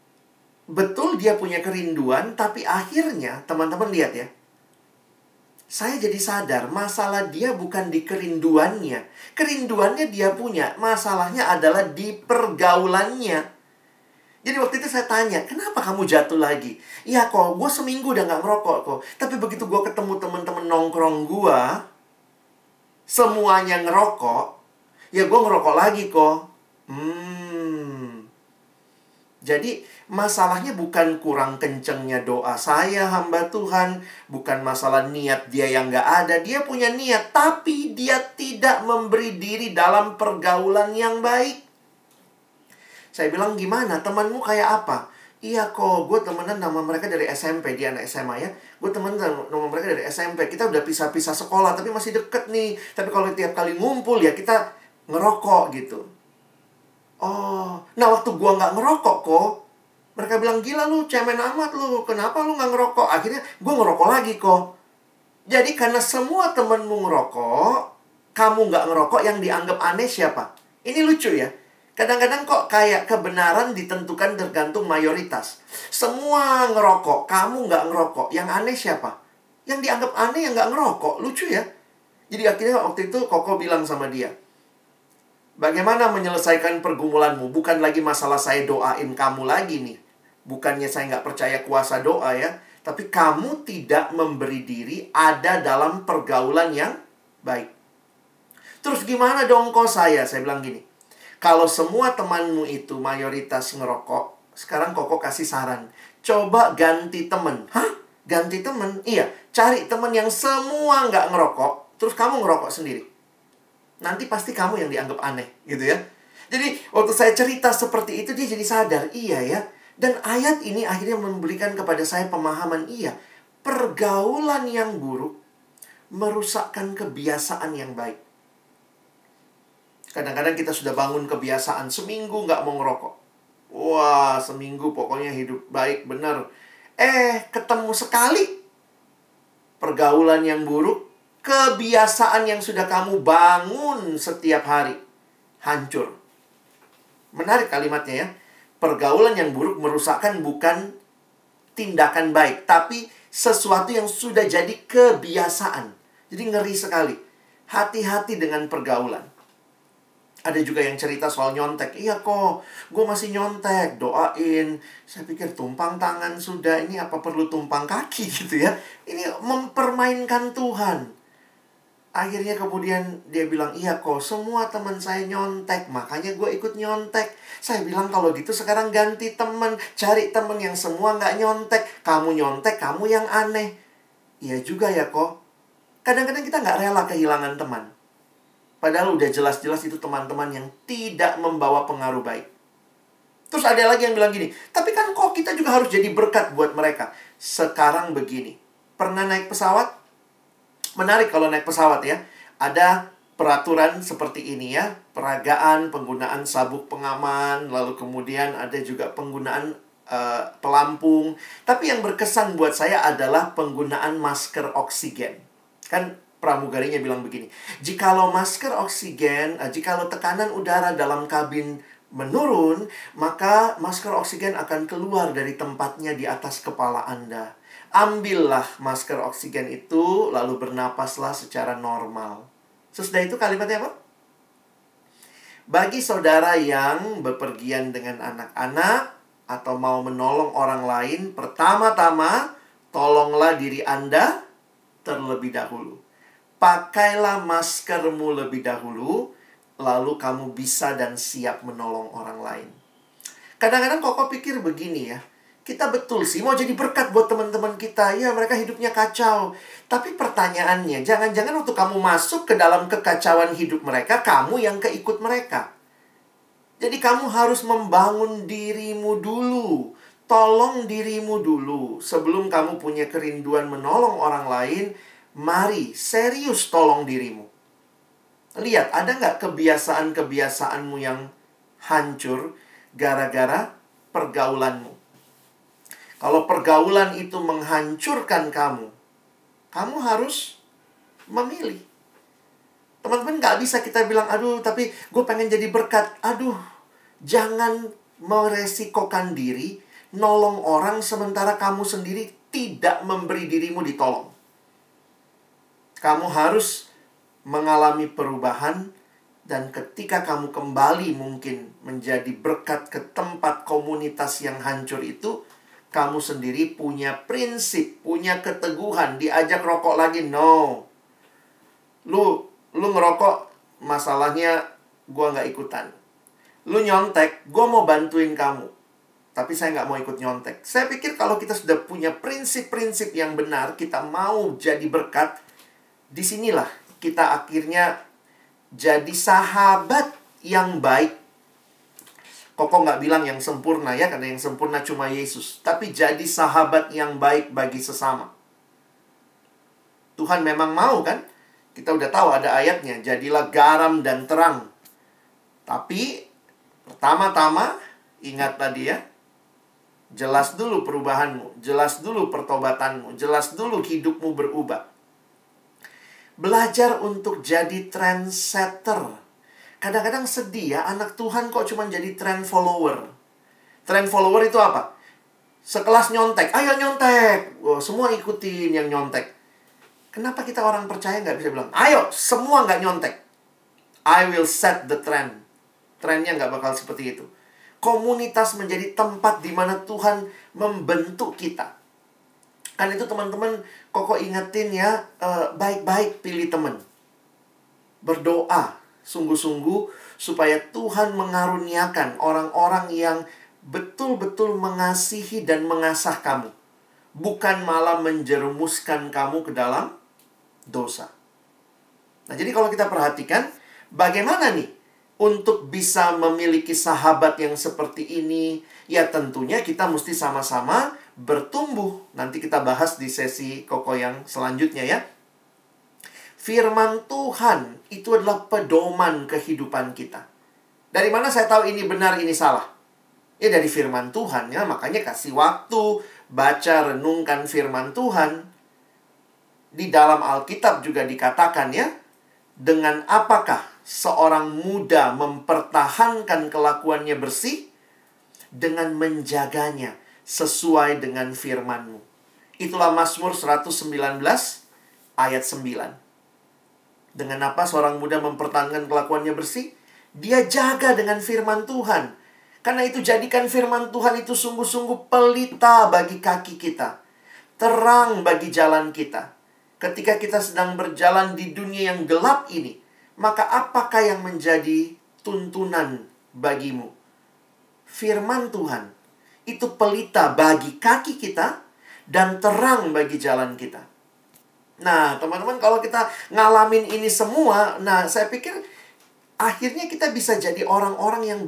Betul dia punya kerinduan, tapi akhirnya teman-teman lihat ya, saya jadi sadar masalah dia bukan di kerinduannya. Kerinduannya dia punya, masalahnya adalah di pergaulannya. Jadi waktu itu saya tanya, kenapa kamu jatuh lagi? Iya kok, gue seminggu udah gak ngerokok kok. Tapi begitu gue ketemu temen-temen nongkrong gue, semuanya ngerokok, ya gue ngerokok lagi kok. Jadi masalahnya bukan kurang kencengnya doa saya, hamba Tuhan. Bukan masalah niat dia yang gak ada. Dia punya niat, tapi dia tidak memberi diri dalam pergaulan yang baik. Saya bilang, gimana? Temanmu kayak apa? Iya kok, gue temenan sama mereka dari SMP. Dia anak SMA ya. Gue temenan sama mereka dari SMP. Kita udah pisah-pisah sekolah, tapi masih deket nih. Tapi kalau tiap kali ngumpul ya kita ngerokok gitu. Oh, nah waktu gue gak ngerokok kok, mereka bilang, gila lu, cemen amat lu. Kenapa lu gak ngerokok? Akhirnya gue ngerokok lagi kok. Jadi karena semua temenmu ngerokok, kamu gak ngerokok, yang dianggap aneh siapa? Ini lucu ya. Kadang-kadang kok kayak kebenaran ditentukan tergantung mayoritas. Semua ngerokok, kamu gak ngerokok. Yang aneh siapa? Yang dianggap aneh yang gak ngerokok. Lucu ya. Jadi akhirnya waktu itu Koko bilang sama dia, bagaimana menyelesaikan pergumulanmu? Bukan lagi masalah saya doain kamu lagi nih. Bukannya saya nggak percaya kuasa doa ya. Tapi kamu tidak memberi diri ada dalam pergaulan yang baik. Terus gimana dong kok saya? Saya bilang gini, kalau semua temanmu itu mayoritas ngerokok, sekarang Koko kasih saran. Coba ganti temen. Hah? Ganti temen? Iya, cari temen yang semua nggak ngerokok, terus kamu ngerokok sendiri. Nanti pasti kamu yang dianggap aneh, gitu ya. Jadi, waktu saya cerita seperti itu, dia jadi sadar, iya ya. Dan ayat ini akhirnya memberikan kepada saya pemahaman, iya. Pergaulan yang buruk merusakkan kebiasaan yang baik. Kadang-kadang kita sudah bangun kebiasaan, seminggu nggak mau ngerokok. Wah, seminggu pokoknya hidup baik, benar. Ketemu sekali pergaulan yang buruk, kebiasaan yang sudah kamu bangun setiap hari hancur. Menarik kalimatnya ya. Pergaulan yang buruk merusakkan bukan tindakan baik, tapi sesuatu yang sudah jadi kebiasaan. Jadi ngeri sekali. Hati-hati dengan pergaulan. Ada juga yang cerita soal nyontek. Iya kok, gue masih nyontek, doain. Saya pikir tumpang tangan sudah, ini apa perlu tumpang kaki gitu ya. Ini mempermainkan Tuhan. Akhirnya kemudian dia bilang, iya kok, semua teman saya nyontek, makanya gue ikut nyontek. Saya bilang, kalau gitu sekarang ganti teman. Cari teman yang semua nggak nyontek. Kamu nyontek, kamu yang aneh. Iya juga ya kok. Kadang-kadang kita nggak rela kehilangan teman. Padahal udah jelas-jelas itu teman-teman yang tidak membawa pengaruh baik. Terus ada lagi yang bilang gini, tapi kan kok kita juga harus jadi berkat buat mereka. Sekarang begini, pernah naik pesawat? Menarik kalau naik pesawat ya. Ada peraturan seperti ini ya. Peragaan, penggunaan sabuk pengaman, lalu kemudian ada juga penggunaan pelampung. Tapi yang berkesan buat saya adalah penggunaan masker oksigen. Kan pramugarinya bilang begini, jikalau masker oksigen, jikalau tekanan udara dalam kabin menurun, maka masker oksigen akan keluar dari tempatnya di atas kepala Anda. Ambillah masker oksigen itu, lalu bernapaslah secara normal. Sesudah itu kalimatnya apa? Bagi saudara yang bepergian dengan anak-anak atau mau menolong orang lain, pertama-tama tolonglah diri Anda terlebih dahulu. Pakailah maskermu lebih dahulu, lalu kamu bisa dan siap menolong orang lain. Kadang-kadang Koko pikir begini ya, kita betul sih mau jadi berkat buat teman-teman kita. Ya, mereka hidupnya kacau. Tapi pertanyaannya, jangan-jangan waktu kamu masuk ke dalam kekacauan hidup mereka, kamu yang keikut mereka. Jadi kamu harus membangun dirimu dulu. Tolong dirimu dulu. Sebelum kamu punya kerinduan menolong orang lain, mari serius tolong dirimu. Lihat, ada nggak kebiasaan-kebiasaanmu yang hancur gara-gara pergaulanmu? Kalau pergaulan itu menghancurkan kamu, kamu harus memilih. Teman-teman, nggak bisa kita bilang, aduh tapi gue pengen jadi berkat. Aduh, jangan meresikokan diri nolong orang sementara kamu sendiri tidak memberi dirimu ditolong. Kamu harus mengalami perubahan, dan ketika kamu kembali mungkin menjadi berkat ke tempat komunitas yang hancur itu, kamu sendiri punya prinsip, punya keteguhan. Diajak rokok lagi, no. Lu ngerokok, masalahnya gua nggak ikutan. Lu nyontek, gua mau bantuin kamu, tapi saya nggak mau ikut nyontek. Saya pikir kalau kita sudah punya prinsip-prinsip yang benar, kita mau jadi berkat, disinilah kita akhirnya jadi sahabat yang baik. Koko nggak bilang yang sempurna ya, karena yang sempurna cuma Yesus. Tapi jadi sahabat yang baik bagi sesama. Tuhan memang mau kan? Kita udah tahu ada ayatnya, jadilah garam dan terang. Tapi pertama-tama, ingat tadi ya, jelas dulu perubahanmu, jelas dulu pertobatanmu, jelas dulu hidupmu berubah. Belajar untuk jadi trendsetter. Kadang-kadang sedih ya, anak Tuhan kok cuma jadi trend follower. Trend follower itu apa? Sekelas nyontek, ayo nyontek. Oh, semua ikutin yang nyontek. Kenapa kita orang percaya nggak bisa bilang, ayo semua nggak nyontek. I will set the trend. Trendnya nggak bakal seperti itu. Komunitas menjadi tempat di mana Tuhan membentuk kita. Kan itu teman-teman, Koko ingetin ya, baik-baik pilih teman. Berdoa sungguh-sungguh supaya Tuhan mengaruniakan orang-orang yang betul-betul mengasihi dan mengasah kamu. Bukan malah menjerumuskan kamu ke dalam dosa. Nah, jadi kalau kita perhatikan, bagaimana nih untuk bisa memiliki sahabat yang seperti ini? Ya tentunya kita mesti sama-sama bertumbuh. Nanti kita bahas di sesi Koko yang selanjutnya ya. Firman Tuhan itu adalah pedoman kehidupan kita. Dari mana saya tahu ini benar, ini salah? Ya dari firman Tuhan ya. Makanya kasih waktu, baca, renungkan firman Tuhan. Di dalam Alkitab juga dikatakan ya, dengan apakah seorang muda mempertahankan kelakuannya bersih? Dengan menjaganya sesuai dengan firman-Mu. Itulah Mazmur 119 ayat 9. Dengan apa seorang muda mempertahankan kelakuannya bersih? Dia jaga dengan firman Tuhan. Karena itu jadikan firman Tuhan itu sungguh-sungguh pelita bagi kaki kita, terang bagi jalan kita. Ketika kita sedang berjalan di dunia yang gelap ini, maka apakah yang menjadi tuntunan bagimu? Firman Tuhan itu pelita bagi kaki kita dan terang bagi jalan kita. Nah, teman-teman, kalau kita ngalamin ini semua, nah saya pikir akhirnya kita bisa jadi orang-orang yang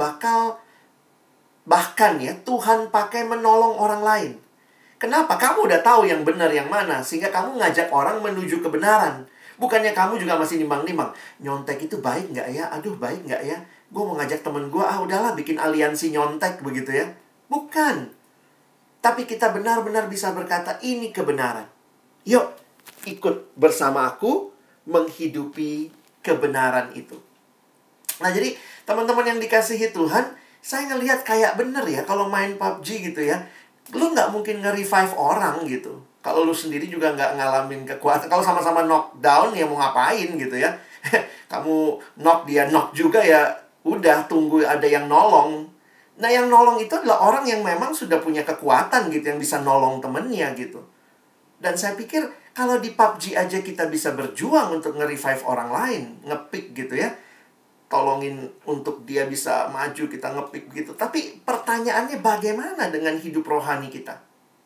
bahkan ya Tuhan pakai menolong orang lain. Kenapa? Kamu udah tahu yang benar yang mana, sehingga kamu ngajak orang menuju kebenaran. Bukannya kamu juga masih nimbang-nimbang, nyontek itu baik nggak ya? Aduh, baik nggak ya? Gue mau ngajak temen gue, udahlah bikin aliansi nyontek begitu ya. Bukan. Tapi kita benar-benar bisa berkata, ini kebenaran. Yuk, ikut bersama aku menghidupi kebenaran itu. Nah, jadi teman-teman yang dikasihi Tuhan, saya ngelihat kayak bener ya kalau main PUBG gitu ya. Lu nggak mungkin nge-revive orang gitu. Kalau lu sendiri juga nggak ngalamin kekuatan. Kalau sama-sama knockdown ya mau ngapain gitu ya. Kamu knock, dia knock juga ya. Udah, tunggu ada yang nolong. Nah, yang nolong itu adalah orang yang memang sudah punya kekuatan gitu. Yang bisa nolong temennya gitu. Dan saya pikir kalau di PUBG aja kita bisa berjuang untuk nge-revive orang lain. Nge-pick gitu ya. Tolongin untuk dia bisa maju, kita nge-pick gitu. Tapi pertanyaannya bagaimana dengan hidup rohani kita?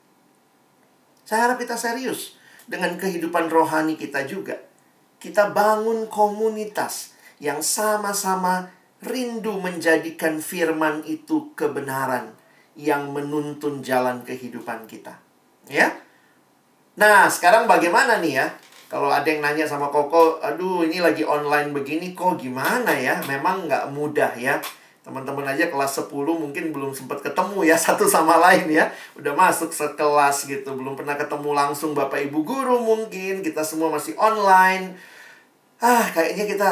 Saya harap kita serius dengan kehidupan rohani kita juga. Kita bangun komunitas yang sama-sama rindu menjadikan firman itu kebenaran yang menuntun jalan kehidupan kita. Ya? Nah, sekarang bagaimana nih ya? Kalau ada yang nanya sama Koko, aduh ini lagi online begini kok gimana ya? Memang nggak mudah ya. Teman-teman aja kelas 10 mungkin belum sempat ketemu ya satu sama lain ya. Udah masuk sekelas gitu, belum pernah ketemu langsung Bapak Ibu Guru mungkin. Kita semua masih online. Kayaknya kita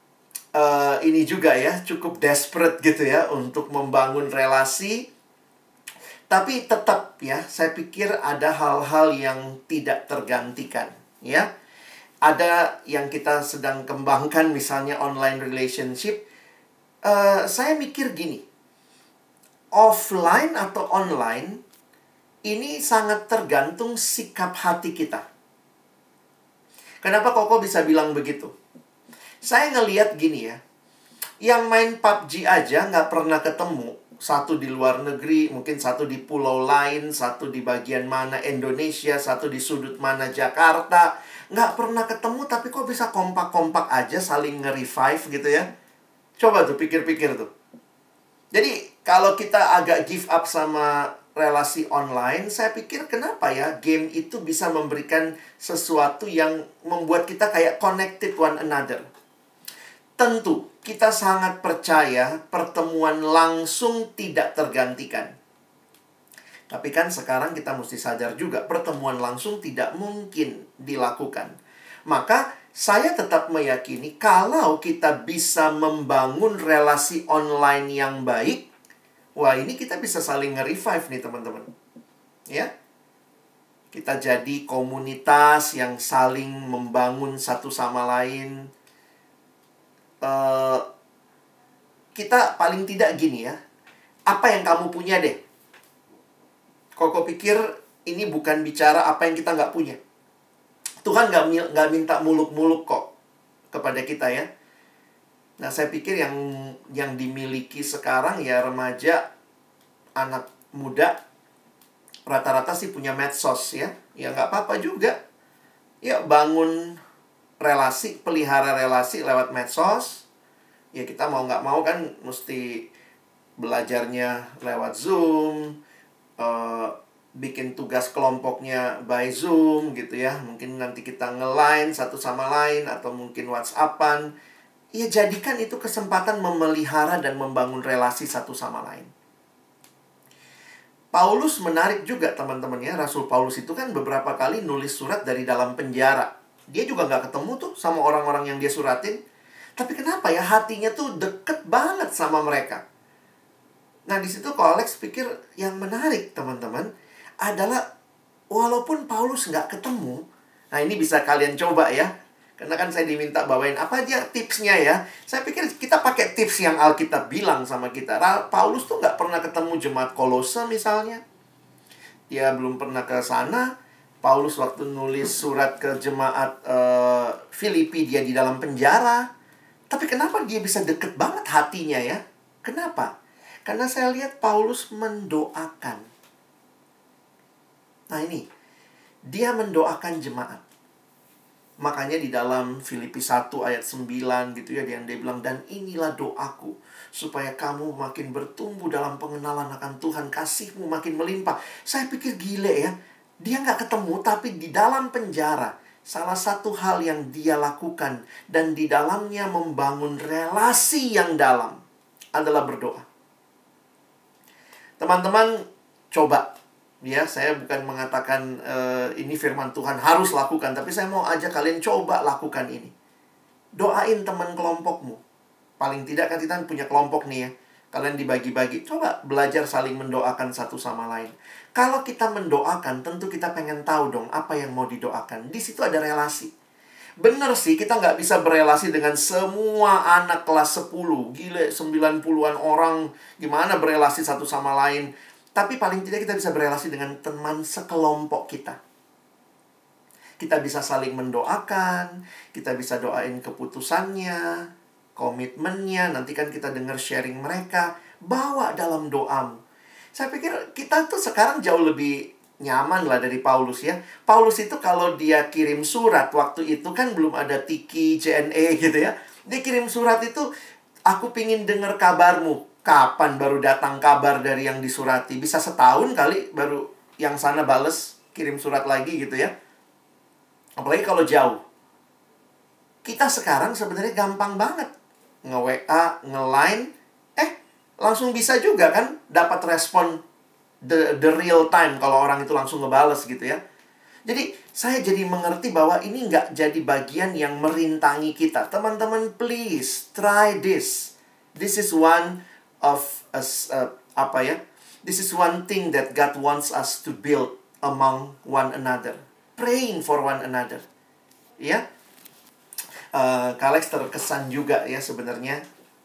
ini juga ya, cukup desperate gitu ya untuk membangun relasi. Tapi tetap ya, saya pikir ada hal-hal yang tidak tergantikan. Ya, ada yang kita sedang kembangkan, misalnya online relationship. Saya mikir gini, offline atau online, ini sangat tergantung sikap hati kita. Kenapa Koko bisa bilang begitu? Saya ngelihat gini ya, yang main PUBG aja nggak pernah ketemu. Satu di luar negeri, mungkin satu di pulau lain, satu di bagian mana Indonesia, satu di sudut mana Jakarta. Nggak pernah ketemu, tapi kok bisa kompak-kompak aja saling nge-revive gitu ya. Coba tuh pikir-pikir tuh. Jadi kalau kita agak give up sama relasi online, saya pikir kenapa ya game itu bisa memberikan sesuatu yang membuat kita kayak connected one another. Tentu, kita sangat percaya pertemuan langsung tidak tergantikan. Tapi kan sekarang kita mesti sadar juga, pertemuan langsung tidak mungkin dilakukan. Maka, saya tetap meyakini kalau kita bisa membangun relasi online yang baik, wah ini kita bisa saling nge-revive nih teman-teman. Ya, kita jadi komunitas yang saling membangun satu sama lain. Kita paling tidak gini ya, apa yang kamu punya deh. Koko pikir ini bukan bicara apa yang kita nggak punya. Tuhan nggak minta muluk-muluk kok kepada kita ya. Nah saya pikir yang dimiliki sekarang ya remaja, anak muda, rata-rata sih punya medsos ya. Ya nggak apa-apa juga. Ya bangun relasi, pelihara relasi lewat medsos. Ya kita mau nggak mau kan mesti belajarnya lewat Zoom, bikin tugas kelompoknya by Zoom gitu ya. Mungkin nanti kita nge-line satu sama lain atau mungkin WhatsAppan. Ya jadikan itu kesempatan memelihara dan membangun relasi satu sama lain. Paulus menarik juga teman-teman ya. Rasul Paulus itu kan beberapa kali nulis surat dari dalam penjara. Dia juga nggak ketemu tuh sama orang-orang yang dia suratin. Tapi kenapa ya hatinya tuh deket banget sama mereka. Nah disitu kok Alex pikir yang menarik teman-teman adalah walaupun Paulus nggak ketemu. Nah ini bisa kalian coba ya. Karena kan saya diminta bawain apa aja tipsnya ya. Saya pikir kita pakai tips yang Alkitab bilang sama kita. Paulus tuh nggak pernah ketemu jemaat Kolose misalnya. Dia belum pernah ke sana. Paulus waktu nulis surat ke jemaat Filipi dia di dalam penjara. Tapi kenapa dia bisa deket banget hatinya ya? Kenapa? Karena saya lihat Paulus mendoakan. Nah ini, dia mendoakan jemaat. Makanya di dalam Filipi 1 ayat 9 gitu ya, yang dia bilang, dan inilah doaku, supaya kamu makin bertumbuh dalam pengenalan akan Tuhan, kasihmu makin melimpah. Saya pikir gile ya, dia nggak ketemu, tapi di dalam penjara, salah satu hal yang dia lakukan dan di dalamnya membangun relasi yang dalam adalah berdoa. Teman-teman, coba ya, saya bukan mengatakan ini firman Tuhan harus lakukan, tapi saya mau ajak kalian coba lakukan ini. Doain teman kelompokmu. Paling tidak kan kita punya kelompok nih ya. Kalian dibagi-bagi, coba belajar saling mendoakan satu sama lain. Kalau kita mendoakan, tentu kita pengen tahu dong apa yang mau didoakan. Di situ ada relasi. Bener sih, kita nggak bisa berelasi dengan semua anak kelas 10. Gile, 90-an orang. Gimana berelasi satu sama lain. Tapi paling tidak kita bisa berelasi dengan teman sekelompok kita. Kita bisa saling mendoakan. Kita bisa doain keputusannya, komitmennya. Nanti kan kita dengar sharing mereka. Bawa dalam doamu. Saya pikir kita tuh sekarang jauh lebih nyaman lah dari Paulus ya. Paulus itu kalau dia kirim surat waktu itu kan belum ada Tiki, JNE gitu ya. Dia kirim surat itu, aku pingin dengar kabarmu. Kapan baru datang kabar dari yang disurati? Bisa setahun kali baru yang sana bales, kirim surat lagi gitu ya. Apalagi kalau jauh. Kita sekarang sebenarnya gampang banget. Nge-WA, nge-line, langsung bisa juga kan dapat respon the real time kalau orang itu langsung ngebales gitu ya. Jadi saya jadi mengerti bahwa ini nggak jadi bagian yang merintangi kita. Teman-teman please try this. This is one of us This is one thing that God wants us to build among one another. Praying for one another. Ya. Kak Alex terkesan juga ya sebenarnya.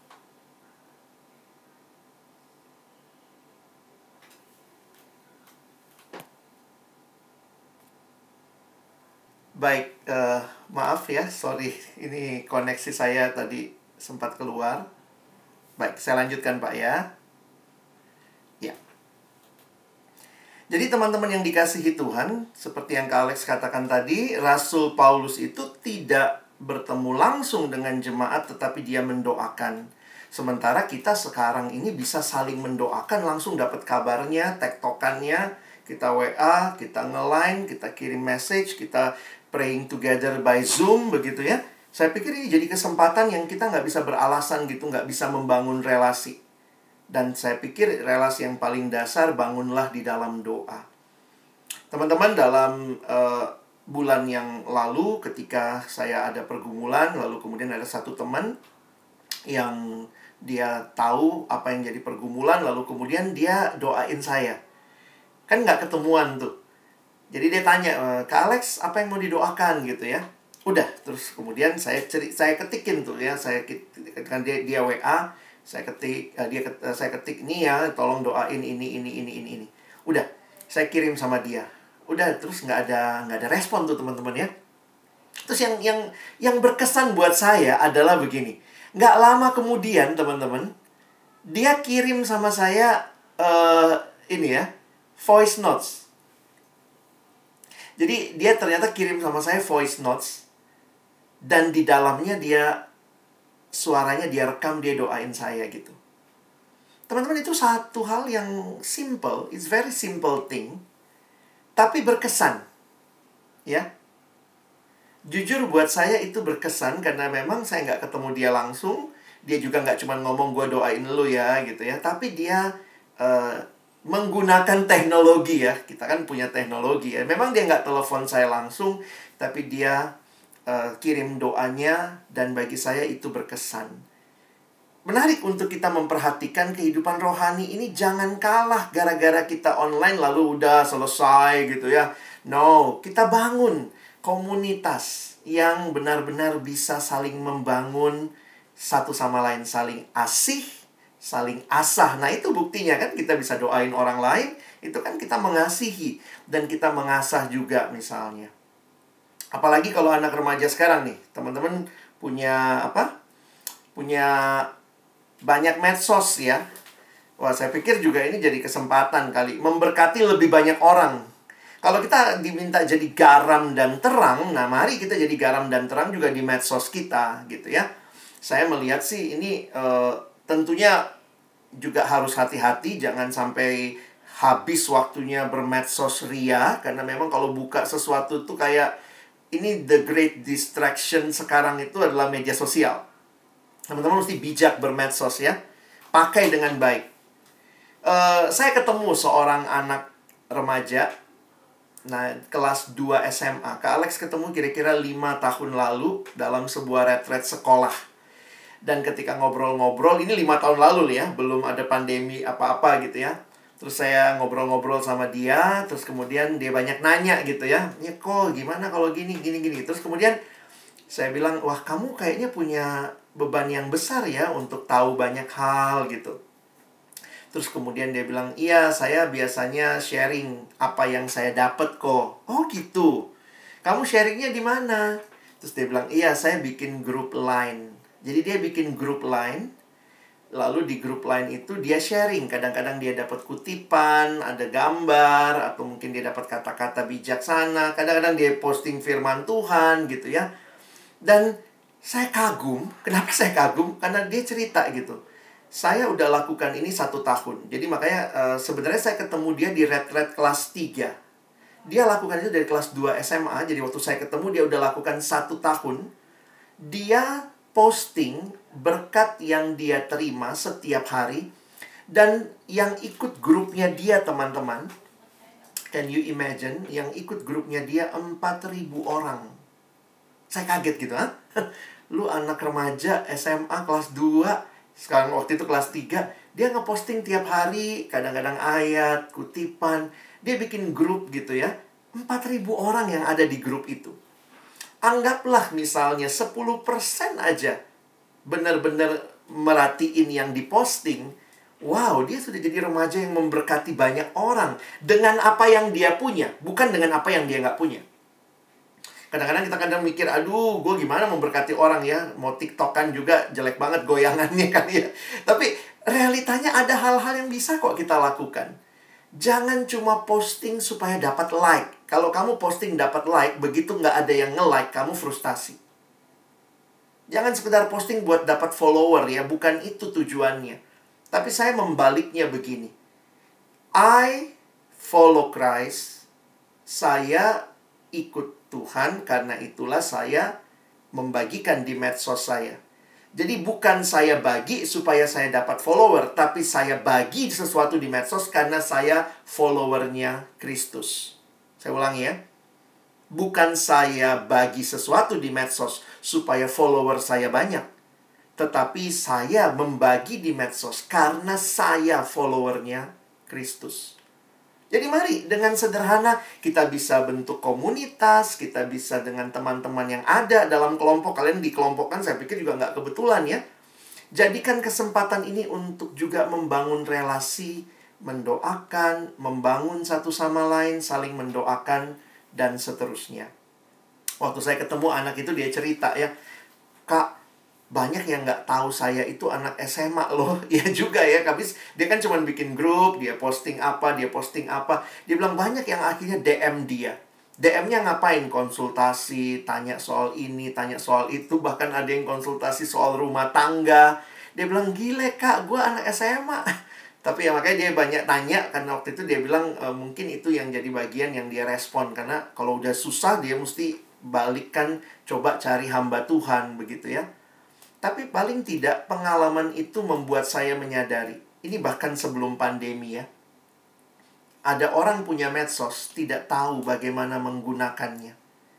Baik, maaf ya, sorry. Ini koneksi saya tadi sempat keluar. Baik, saya lanjutkan Pak ya. Ya. Jadi teman-teman yang dikasihi Tuhan, seperti yang Kak Alex katakan tadi, Rasul Paulus itu tidak bertemu langsung dengan jemaat, tetapi dia mendoakan. Sementara kita sekarang ini bisa saling mendoakan, langsung dapat kabarnya, tektokannya, kita WA, kita nge-line, kita kirim message, kita praying together by Zoom, begitu ya. Saya pikir ini jadi kesempatan yang kita nggak bisa beralasan gitu, nggak bisa membangun relasi. Dan saya pikir relasi yang paling dasar, bangunlah di dalam doa. Teman-teman, dalam bulan yang lalu ketika saya ada pergumulan, lalu kemudian ada satu teman yang dia tahu apa yang jadi pergumulan, lalu kemudian dia doain saya. Kan nggak ketemuan tuh. Jadi dia tanya, Kak Alex, apa yang mau didoakan gitu ya? Udah, terus kemudian saya ketikin tuh ya, kan dia WA, saya ketik ini ya, tolong doain ini. Udah, saya kirim sama dia. Udah, terus nggak ada respon tuh teman-teman ya. Terus yang berkesan buat saya adalah begini. Nggak lama kemudian teman-teman, dia kirim sama saya ini ya, voice notes. Jadi dia ternyata kirim sama saya voice notes. Dan di dalamnya suaranya dia rekam, dia doain saya gitu. Teman-teman, itu satu hal yang simple. It's very simple thing. Tapi berkesan. Ya. Jujur buat saya itu berkesan karena memang saya nggak ketemu dia langsung. Dia juga nggak cuma ngomong gue doain lu ya gitu ya. Tapi dia menggunakan teknologi ya. Kita kan punya teknologi ya. Memang dia nggak telepon saya langsung, tapi dia kirim doanya, dan bagi saya itu berkesan. Menarik untuk kita memperhatikan kehidupan rohani ini jangan kalah gara-gara kita online lalu udah selesai gitu ya. No, kita bangun komunitas yang benar-benar bisa saling membangun satu sama lain, saling asih, saling asah. Nah, itu buktinya kan kita bisa doain orang lain, itu kan kita mengasihi dan kita mengasah juga misalnya. Apalagi kalau anak remaja sekarang nih, teman-teman punya banyak medsos ya. Wah, saya pikir juga ini jadi kesempatan kali memberkati lebih banyak orang. Kalau kita diminta jadi garam dan terang, nah mari kita jadi garam dan terang juga di medsos kita gitu ya. Saya melihat sih ini tentunya juga harus hati-hati, jangan sampai habis waktunya bermedsos ria. Karena memang kalau buka sesuatu tuh kayak, ini the great distraction sekarang itu adalah media sosial. Teman-teman mesti bijak bermedsos ya. Pakai dengan baik. Saya ketemu seorang anak remaja, nah kelas 2 SMA. Kak Alex ketemu kira-kira 5 tahun lalu dalam sebuah retret sekolah. Dan ketika ngobrol-ngobrol, ini 5 tahun lalu ya, belum ada pandemi apa-apa gitu ya. Terus saya ngobrol-ngobrol sama dia, terus kemudian dia banyak nanya gitu ya. Ya kok gimana kalau gini. Terus kemudian saya bilang, wah kamu kayaknya punya beban yang besar ya untuk tahu banyak hal gitu. Terus kemudian dia bilang, iya saya biasanya sharing apa yang saya dapat kok. Oh gitu, kamu sharingnya di mana? Terus dia bilang, iya saya bikin grup Line. Jadi dia bikin grup Line, lalu di grup Line itu dia sharing. Kadang-kadang dia dapat kutipan, ada gambar, atau mungkin dia dapat kata-kata bijaksana. Kadang-kadang dia posting firman Tuhan gitu ya. Dan saya kagum. Kenapa saya kagum? Karena dia cerita gitu. Saya udah lakukan ini 1 tahun. Jadi makanya sebenarnya saya ketemu dia di retret kelas 3. Dia lakukan itu dari kelas 2 SMA. Jadi waktu saya ketemu dia udah lakukan 1 tahun. Dia posting berkat yang dia terima setiap hari. Dan yang ikut grupnya dia, teman-teman, can you imagine? Yang ikut grupnya dia 4.000 orang. Saya kaget gitu, ha? Lu anak remaja SMA kelas 2, sekarang waktu itu kelas 3, dia ngeposting tiap hari, kadang-kadang ayat, kutipan. Dia bikin grup gitu ya. 4.000 orang yang ada di grup itu. Anggaplah misalnya 10% aja benar-benar merhatiin yang diposting. Wow, dia sudah jadi remaja yang memberkati banyak orang dengan apa yang dia punya, bukan dengan apa yang dia nggak punya. Kadang-kadang kita kadang mikir, aduh, gue gimana memberkati orang ya. Mau TikTokan juga jelek banget goyangannya kan ya. Tapi realitanya ada hal-hal yang bisa kok kita lakukan. Jangan cuma posting supaya dapat like. Kalau kamu posting dapat like, begitu nggak ada yang nge-like, kamu frustasi. Jangan sekedar posting buat dapat follower ya, bukan itu tujuannya. Tapi saya membaliknya begini. I follow Christ, saya ikut Tuhan, karena itulah saya membagikan di medsos saya. Jadi bukan saya bagi supaya saya dapat follower, tapi saya bagi sesuatu di medsos karena saya followernya Kristus. Saya ulangi ya. Bukan saya bagi sesuatu di medsos supaya follower saya banyak, tetapi saya membagi di medsos karena saya followernya Kristus. Jadi mari dengan sederhana kita bisa bentuk komunitas, kita bisa dengan teman-teman yang ada dalam kelompok. Kalian dikelompokkan saya pikir juga nggak kebetulan ya. Jadikan kesempatan ini untuk juga membangun relasi, mendoakan, membangun satu sama lain, saling mendoakan, dan seterusnya. Waktu saya ketemu anak itu dia cerita ya, Kak, banyak yang nggak tahu saya itu anak SMA loh. Ya juga ya, habis dia kan cuma bikin grup, dia posting apa. Dia bilang banyak yang akhirnya DM dia. DM-nya ngapain? Konsultasi, tanya soal ini, tanya soal itu. Bahkan ada yang konsultasi soal rumah tangga. Dia bilang, gile kak, gue anak SMA. Tapi ya makanya dia banyak tanya. Karena waktu itu dia bilang, mungkin itu yang jadi bagian yang dia respon. Karena kalau udah susah, dia mesti balikkan, coba cari hamba Tuhan, begitu ya. Tapi paling tidak pengalaman itu membuat saya menyadari. Ini bahkan sebelum pandemi ya. Ada orang punya medsos, tidak tahu bagaimana menggunakannya.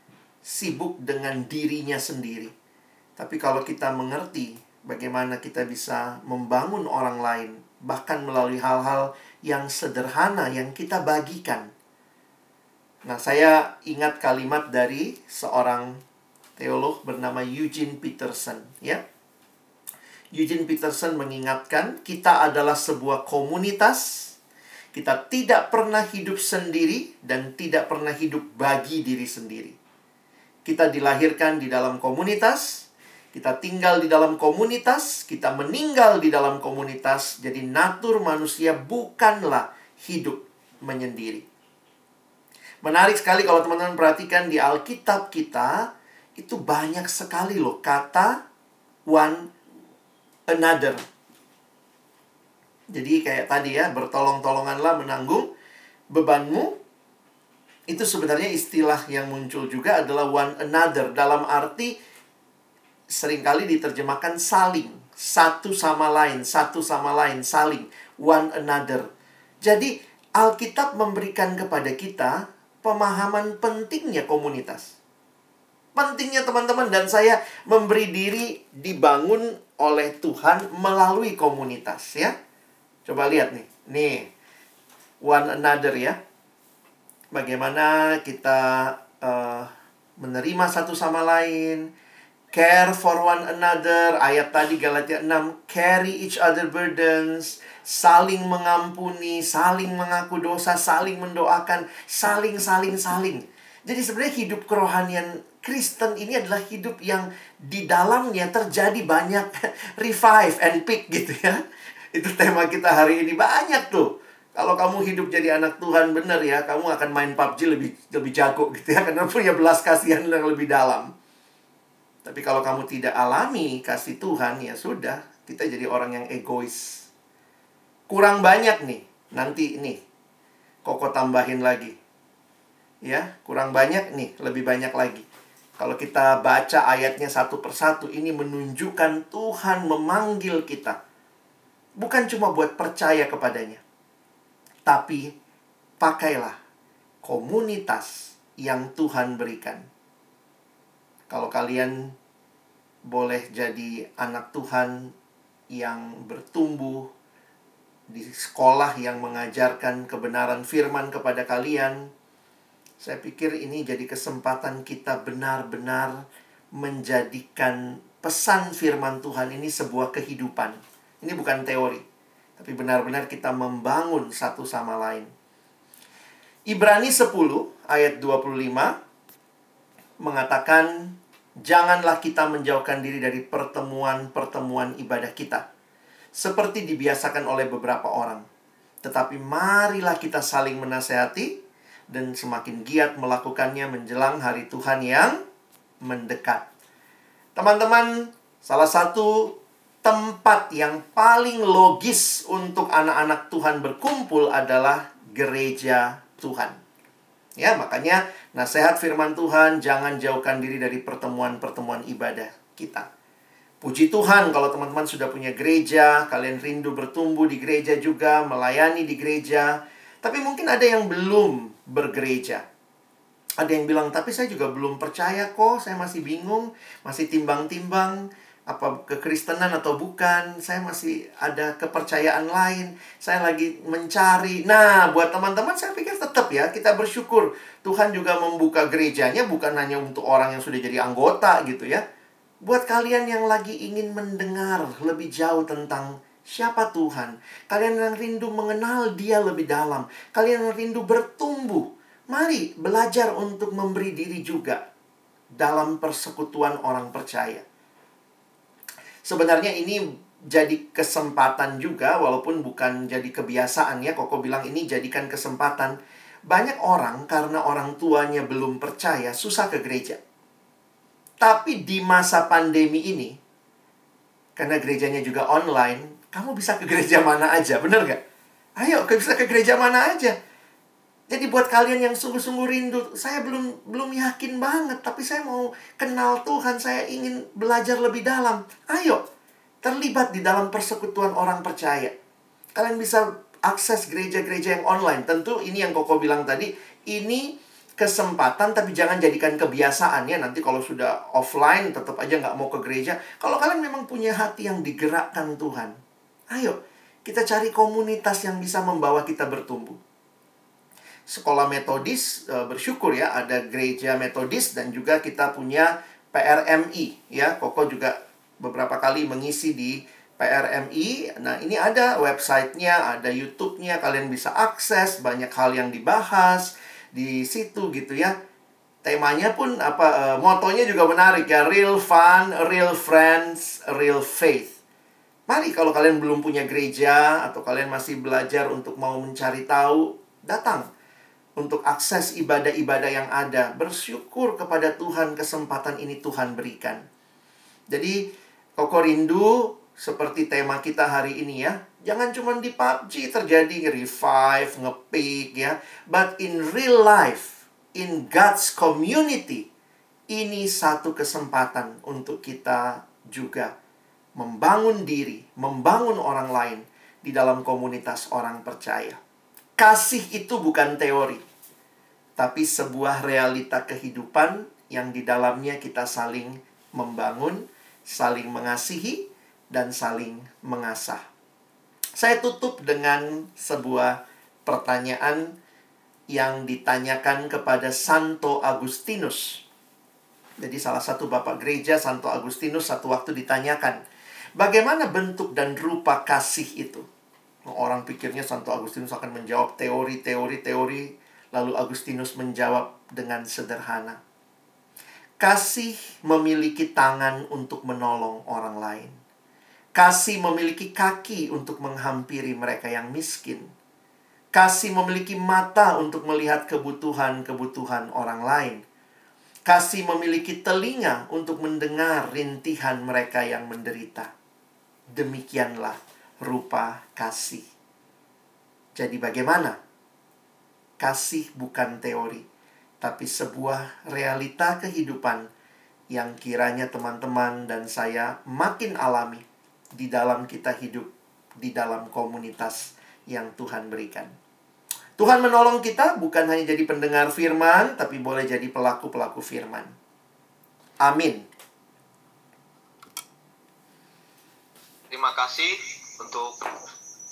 Sibuk dengan dirinya sendiri. Tapi kalau kita mengerti bagaimana kita bisa membangun orang lain, bahkan melalui hal-hal yang sederhana yang kita bagikan. Nah, saya ingat kalimat dari seorang teolog bernama Eugene Peterson, ya. Eugene Peterson mengingatkan, kita adalah sebuah komunitas. Kita tidak pernah hidup sendiri dan tidak pernah hidup bagi diri sendiri. Kita dilahirkan di dalam komunitas, kita tinggal di dalam komunitas, kita meninggal di dalam komunitas. Jadi natur manusia bukanlah hidup menyendiri. Menarik sekali kalau teman-teman perhatikan di Alkitab kita, itu banyak sekali loh kata one another. Jadi kayak tadi ya, bertolong-tolonganlah menanggung bebanmu. Itu sebenarnya istilah yang muncul juga adalah one another. Dalam arti seringkali diterjemahkan saling. Satu sama lain, saling. One another. Jadi Alkitab memberikan kepada kita pemahaman pentingnya komunitas. Pentingnya teman-teman dan saya memberi diri dibangun oleh Tuhan melalui komunitas ya. Coba lihat nih. Nih, one another ya. Bagaimana kita menerima satu sama lain. Care for one another. Ayat tadi Galatia 6. Carry each other burdens. Saling mengampuni. Saling mengaku dosa. Saling mendoakan. Saling. Jadi sebenarnya hidup kerohanian Kristen ini adalah hidup yang di dalamnya terjadi banyak revive and pick gitu ya. Itu tema kita hari ini. Banyak tuh. Kalau kamu hidup jadi anak Tuhan benar ya, kamu akan main PUBG lebih jago gitu ya. Karena punya belas kasihan yang lebih dalam. Tapi kalau kamu tidak alami kasih Tuhan, ya sudah. Kita jadi orang yang egois. Kurang banyak nih. Nanti nih, Koko tambahin lagi. Ya, kurang banyak nih, lebih banyak lagi. Kalau kita baca ayatnya satu persatu, ini menunjukkan Tuhan memanggil kita. Bukan cuma buat percaya kepadanya. Tapi pakailah komunitas yang Tuhan berikan. Kalau kalian boleh jadi anak Tuhan yang bertumbuh di sekolah yang mengajarkan kebenaran firman kepada kalian, Saya pikir ini jadi kesempatan kita benar-benar menjadikan pesan firman Tuhan ini sebuah kehidupan. Ini bukan teori, tapi benar-benar kita membangun satu sama lain. Ibrani 10 ayat 25 mengatakan, janganlah kita menjauhkan diri dari pertemuan-pertemuan ibadah kita, seperti dibiasakan oleh beberapa orang. Tetapi marilah kita saling menasehati, dan semakin giat melakukannya menjelang hari Tuhan yang mendekat. Teman-teman, salah satu tempat yang paling logis untuk anak-anak Tuhan berkumpul adalah gereja Tuhan. Ya, makanya nasihat firman Tuhan, jangan jauhkan diri dari pertemuan-pertemuan ibadah kita. Puji Tuhan kalau teman-teman sudah punya gereja, kalian rindu bertumbuh di gereja juga, melayani di gereja. Tapi mungkin ada yang belum bergereja. Ada yang bilang, tapi saya juga belum percaya kok, saya masih bingung, masih timbang-timbang, apa kekristenan atau bukan, saya masih ada kepercayaan lain, saya lagi mencari. Nah, buat teman-teman saya pikir tetap ya, kita bersyukur. Tuhan juga membuka gerejanya bukan hanya untuk orang yang sudah jadi anggota gitu ya. Buat kalian yang lagi ingin mendengar lebih jauh tentang siapa Tuhan, kalian yang rindu mengenal Dia lebih dalam, kalian yang rindu bertumbuh, mari belajar untuk memberi diri juga dalam persekutuan orang percaya. Sebenarnya ini jadi kesempatan juga, walaupun bukan jadi kebiasaan ya. Koko bilang ini jadikan kesempatan. Banyak orang karena orang tuanya belum percaya, susah ke gereja. Tapi di masa pandemi ini, karena gerejanya juga online, kamu bisa ke gereja mana aja, bener gak? Ayo, bisa ke gereja mana aja. Jadi buat kalian yang sungguh-sungguh rindu, saya belum yakin banget, tapi saya mau kenal Tuhan, saya ingin belajar lebih dalam. Ayo, terlibat di dalam persekutuan orang percaya. Kalian bisa akses gereja-gereja yang online. Tentu ini yang Koko bilang tadi, ini kesempatan, tapi jangan jadikan kebiasaan ya. Nanti kalau sudah offline, tetap aja nggak mau ke gereja. Kalau kalian memang punya hati yang digerakkan Tuhan, ayo, kita cari komunitas yang bisa membawa kita bertumbuh. Sekolah Metodis, bersyukur ya, ada gereja Metodis dan juga kita punya PRMI ya. Koko juga beberapa kali mengisi di PRMI. Nah, ini ada websitenya, ada YouTube-nya, kalian bisa akses, banyak hal yang dibahas di situ gitu ya. Temanya pun motonya juga menarik ya, real fun, real friends, real faith. Mari kalau kalian belum punya gereja atau kalian masih belajar untuk mau mencari tahu, datang untuk akses ibadah-ibadah yang ada. Bersyukur kepada Tuhan kesempatan ini Tuhan berikan. Jadi, Koko rindu seperti tema kita hari ini ya. Jangan cuma di PUBG terjadi revive, nge-peak ya. But in real life, in God's community, ini satu kesempatan untuk kita juga membangun diri, membangun orang lain di dalam komunitas orang percaya. Kasih itu bukan teori, tapi sebuah realita kehidupan yang di dalamnya kita saling membangun, saling mengasihi, dan saling mengasah. Saya tutup dengan sebuah pertanyaan yang ditanyakan kepada Santo Agustinus. Jadi salah satu bapak gereja, Santo Agustinus, satu waktu ditanyakan, bagaimana bentuk dan rupa kasih itu? Orang pikirnya Santo Agustinus akan menjawab teori. Lalu Agustinus menjawab dengan sederhana. Kasih memiliki tangan untuk menolong orang lain. Kasih memiliki kaki untuk menghampiri mereka yang miskin. Kasih memiliki mata untuk melihat kebutuhan-kebutuhan orang lain. Kasih memiliki telinga untuk mendengar rintihan mereka yang menderita. Demikianlah rupa kasih. Jadi bagaimana? Kasih bukan teori, tapi sebuah realita kehidupan yang kiranya teman-teman dan saya makin alami di dalam kita hidup di dalam komunitas yang Tuhan berikan. Tuhan menolong kita bukan hanya jadi pendengar firman, tapi boleh jadi pelaku-pelaku firman. Amin. Terima kasih untuk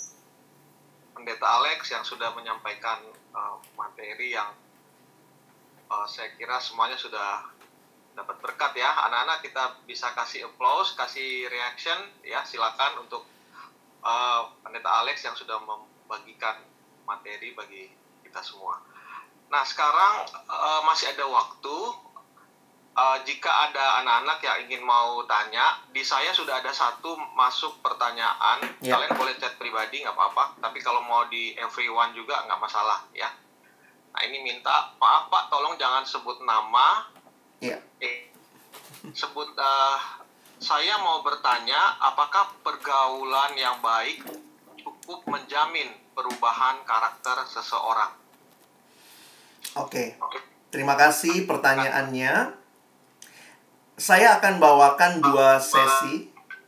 Pendeta Alex yang sudah menyampaikan materi yang saya kira semuanya sudah dapat berkat ya. Anak-anak kita bisa kasih applause, kasih reaction ya. Silakan untuk Pendeta Alex yang sudah membagikan materi bagi kita semua. Nah, sekarang masih ada waktu. Jika ada anak-anak yang ingin mau tanya, di saya sudah ada satu masuk pertanyaan. Ya. Kalian boleh chat pribadi, nggak apa-apa. Tapi kalau mau di everyone juga nggak masalah ya. Nah, ini minta, maaf Pak, tolong jangan sebut nama. Ya. Sebut, saya mau bertanya, apakah pergaulan yang baik cukup menjamin perubahan karakter seseorang? Oke. Terima kasih pertanyaannya. Saya akan bawakan 2 sesi.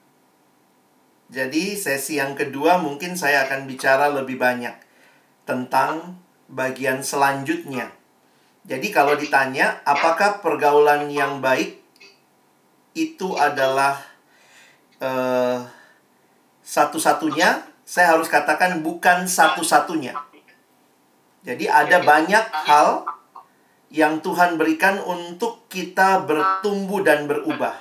Jadi sesi yang kedua mungkin saya akan bicara lebih banyak tentang bagian selanjutnya. Jadi kalau ditanya apakah pergaulan yang baik itu adalah satu-satunya, saya harus katakan bukan satu-satunya. Jadi ada banyak hal yang Tuhan berikan untuk kita bertumbuh dan berubah.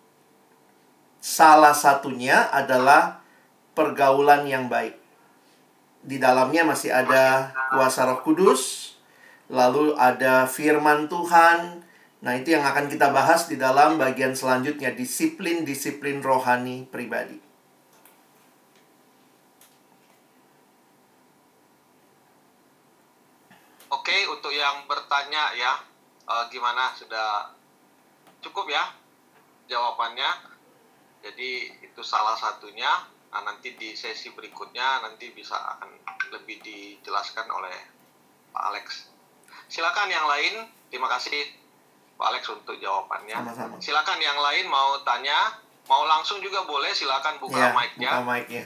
Salah satunya adalah pergaulan yang baik. Di dalamnya masih ada kuasa Roh Kudus, lalu ada firman Tuhan. Nah, itu yang akan kita bahas di dalam bagian selanjutnya, disiplin-disiplin rohani pribadi. Oke, untuk yang bertanya ya, gimana, sudah cukup ya jawabannya? Jadi itu salah satunya. Nah, nanti di sesi berikutnya nanti bisa akan lebih dijelaskan oleh Pak Alex. Silakan yang lain. Terima kasih Pak Alex untuk jawabannya. Sama-sama. Silakan yang lain mau tanya, mau langsung juga boleh. Silakan buka Ya, mic-nya. buka mic-nya.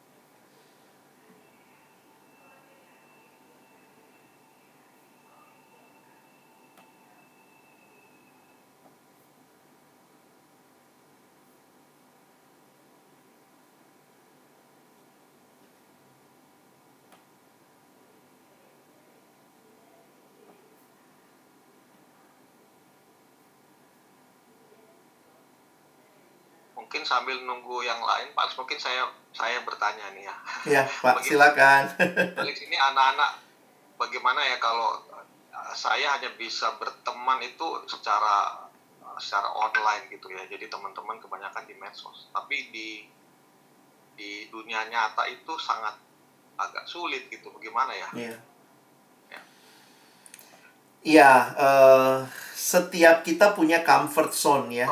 Mungkin sambil nunggu yang lain, Pak Alex, mungkin saya bertanya nih ya. Ya, Pak, silakan. Alex, ini anak-anak bagaimana ya kalau saya hanya bisa berteman itu secara online gitu ya. Jadi teman-teman kebanyakan di medsos. Tapi di dunia nyata itu sangat agak sulit gitu. Bagaimana ya? Iya. Ya. Iya, setiap kita punya comfort zone ya.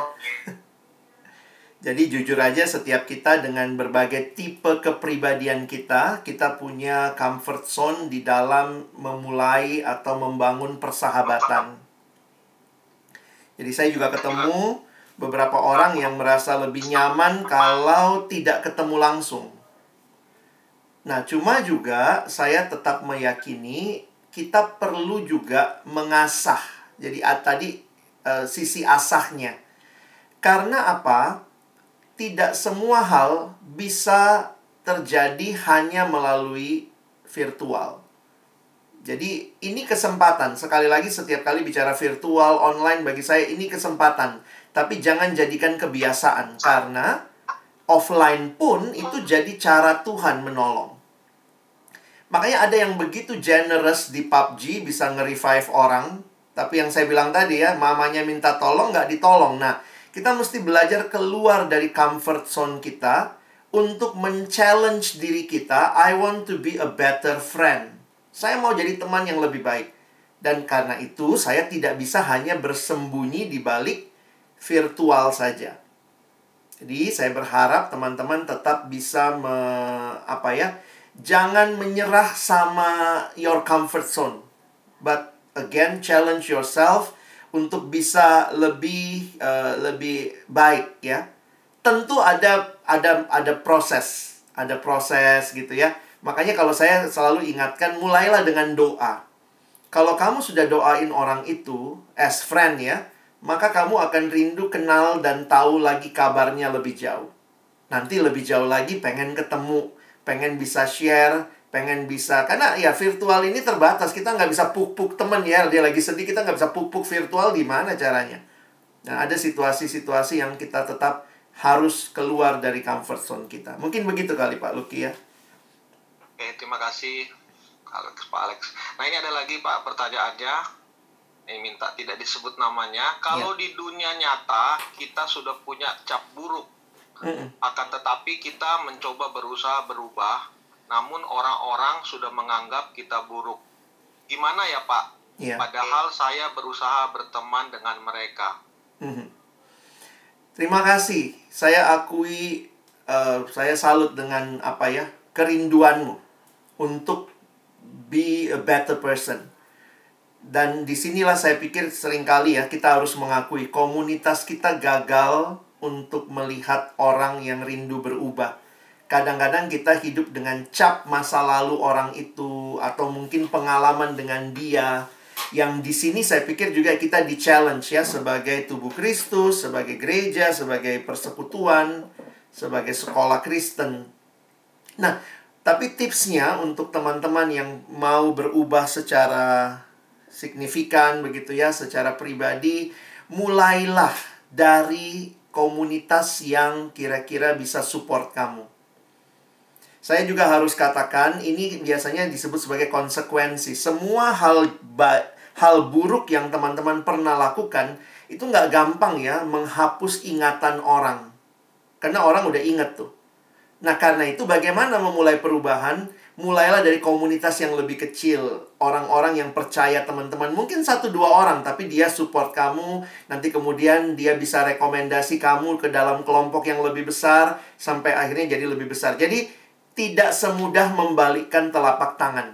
Jadi jujur aja setiap kita dengan berbagai tipe kepribadian kita punya comfort zone di dalam memulai atau membangun persahabatan. Jadi saya juga ketemu beberapa orang yang merasa lebih nyaman kalau tidak ketemu langsung. Nah, cuma juga saya tetap meyakini kita perlu juga mengasah. Jadi tadi sisi asahnya. Karena apa? Tidak semua hal bisa terjadi hanya melalui virtual. Jadi ini kesempatan. Sekali lagi setiap kali bicara virtual, online, bagi saya ini kesempatan. Tapi jangan jadikan kebiasaan. Karena offline pun itu jadi cara Tuhan menolong. Makanya ada yang begitu generous di PUBG, bisa nge-revive orang. Tapi yang saya bilang tadi ya, mamanya minta tolong, nggak ditolong. Nah, kita mesti belajar keluar dari comfort zone kita untuk men-challenge diri kita. I want to be a better friend. Saya mau jadi teman yang lebih baik. Dan karena itu, saya tidak bisa hanya bersembunyi di balik virtual saja. Jadi, saya berharap teman-teman tetap bisa jangan menyerah sama your comfort zone. But again, challenge yourself untuk bisa lebih baik ya. Tentu ada proses gitu ya. Makanya kalau saya selalu ingatkan, mulailah dengan doa. Kalau kamu sudah doain orang itu as friend ya, maka kamu akan rindu kenal dan tahu lagi kabarnya lebih jauh. Nanti lebih jauh lagi pengen ketemu, pengen bisa share, pengen bisa, karena ya virtual ini terbatas, kita nggak bisa puk-puk temen ya, dia lagi sedih kita nggak bisa puk-puk virtual, gimana caranya? Nah, ada situasi-situasi yang kita tetap harus keluar dari comfort zone kita. Mungkin begitu kali Pak Lucky ya. Oke, terima kasih Pak Alex. Nah, ini ada lagi Pak pertanyaannya. Ini minta tidak disebut namanya. Kalau di dunia nyata kita sudah punya cap buruk, akan tetapi kita mencoba berusaha berubah, namun orang-orang sudah menganggap kita buruk. Gimana ya Pak? Padahal saya berusaha berteman dengan mereka. Terima kasih. Saya akui, saya salut dengan kerinduanmu untuk be a better person. Dan disinilah saya pikir seringkali ya kita harus mengakui komunitas kita gagal untuk melihat orang yang rindu berubah. Kadang-kadang kita hidup dengan cap masa lalu orang itu, atau mungkin pengalaman dengan dia. Yang di sini saya pikir juga kita di-challenge ya, sebagai tubuh Kristus, sebagai gereja, sebagai persekutuan, sebagai sekolah Kristen. Nah, tapi tipsnya untuk teman-teman yang mau berubah secara signifikan begitu ya, secara pribadi, mulailah dari komunitas yang kira-kira bisa support kamu. Saya juga harus katakan, ini biasanya disebut sebagai konsekuensi. Semua hal buruk yang teman-teman pernah lakukan, itu nggak gampang ya menghapus ingatan orang. Karena orang udah inget tuh. Nah, karena itu bagaimana memulai perubahan? Mulailah dari komunitas yang lebih kecil. Orang-orang yang percaya teman-teman. Mungkin 1-2 orang, tapi dia support kamu. Nanti kemudian dia bisa rekomendasi kamu ke dalam kelompok yang lebih besar. Sampai akhirnya jadi lebih besar. Jadi tidak semudah membalikkan telapak tangan.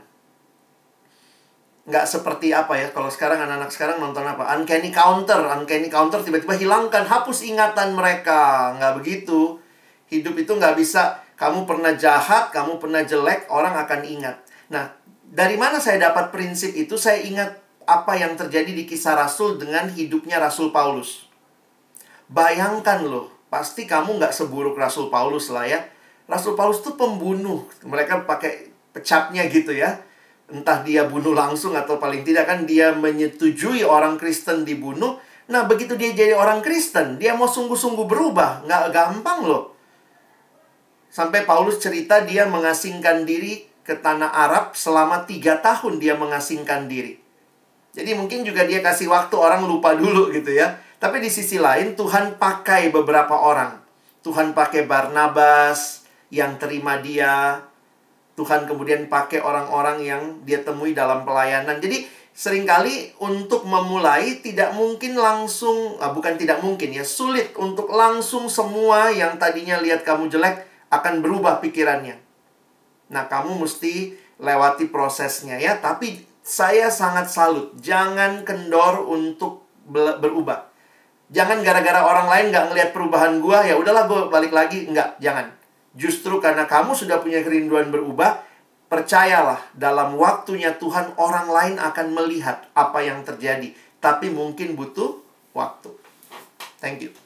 Nggak seperti apa ya, kalau sekarang anak-anak sekarang nonton apa? Uncanny Counter tiba-tiba hilangkan, hapus ingatan mereka. Nggak begitu. Hidup itu nggak bisa, kamu pernah jahat, kamu pernah jelek, orang akan ingat. Nah, dari mana saya dapat prinsip itu? Saya ingat apa yang terjadi di Kisah Rasul dengan hidupnya Rasul Paulus. Bayangkan loh, pasti kamu nggak seburuk Rasul Paulus lah ya. Rasul Paulus itu pembunuh. Mereka pakai pecapnya gitu ya. Entah dia bunuh langsung atau paling tidak kan dia menyetujui orang Kristen dibunuh. Nah, begitu dia jadi orang Kristen, dia mau sungguh-sungguh berubah. Nggak gampang loh. Sampai Paulus cerita dia mengasingkan diri ke tanah Arab selama 3 tahun dia mengasingkan diri. Jadi mungkin juga dia kasih waktu orang lupa dulu gitu ya. Tapi di sisi lain Tuhan pakai beberapa orang. Tuhan pakai Barnabas yang terima dia. Tuhan kemudian pakai orang-orang yang dia temui dalam pelayanan. Jadi seringkali untuk memulai tidak mungkin langsung, bukan tidak mungkin ya, sulit untuk langsung semua yang tadinya lihat kamu jelek akan berubah pikirannya. Nah, kamu mesti lewati prosesnya ya. Tapi saya sangat salut. Jangan kendor untuk berubah. Jangan gara-gara orang lain nggak ngelihat perubahan gua, ya udahlah gua balik lagi. Enggak, jangan. Justru karena kamu sudah punya kerinduan berubah, percayalah dalam waktunya Tuhan orang lain akan melihat apa yang terjadi. Tapi mungkin butuh waktu. Thank you.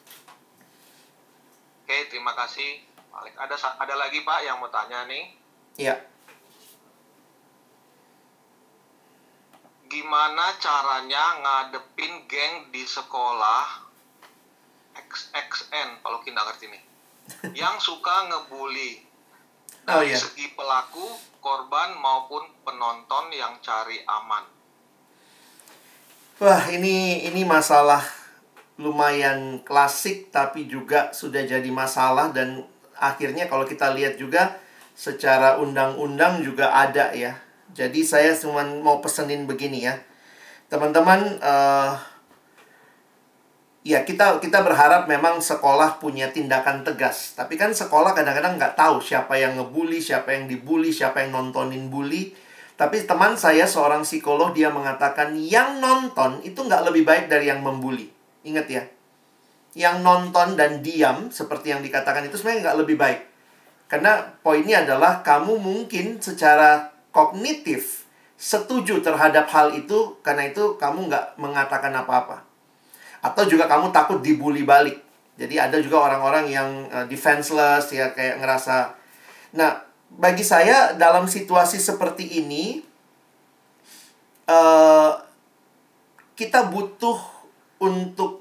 Oke, terima kasih Alex. Ada lagi Pak yang mau tanya nih. Iya. Gimana caranya ngadepin geng di sekolah XXN, kalau kita ngerti nih, yang suka ngebully dari segi pelaku, korban maupun penonton yang cari aman? Wah, ini masalah lumayan klasik tapi juga sudah jadi masalah, dan akhirnya kalau kita lihat juga secara undang-undang juga ada ya. Jadi saya cuma mau pesenin begini ya. Teman-teman, ya kita berharap memang sekolah punya tindakan tegas. Tapi kan sekolah kadang-kadang nggak tahu siapa yang ngebully, siapa yang dibully, siapa yang nontonin bully. Tapi teman saya seorang psikolog, dia mengatakan yang nonton itu nggak lebih baik dari yang membuli. Ingat ya, yang nonton dan diam seperti yang dikatakan itu sebenarnya nggak lebih baik. Karena poinnya adalah kamu mungkin secara kognitif setuju terhadap hal itu, karena itu kamu nggak mengatakan apa-apa. Atau juga kamu takut dibully balik. Jadi ada juga orang-orang yang defenseless ya, kayak ngerasa. Nah, bagi saya dalam situasi seperti ini, eh, kita butuh untuk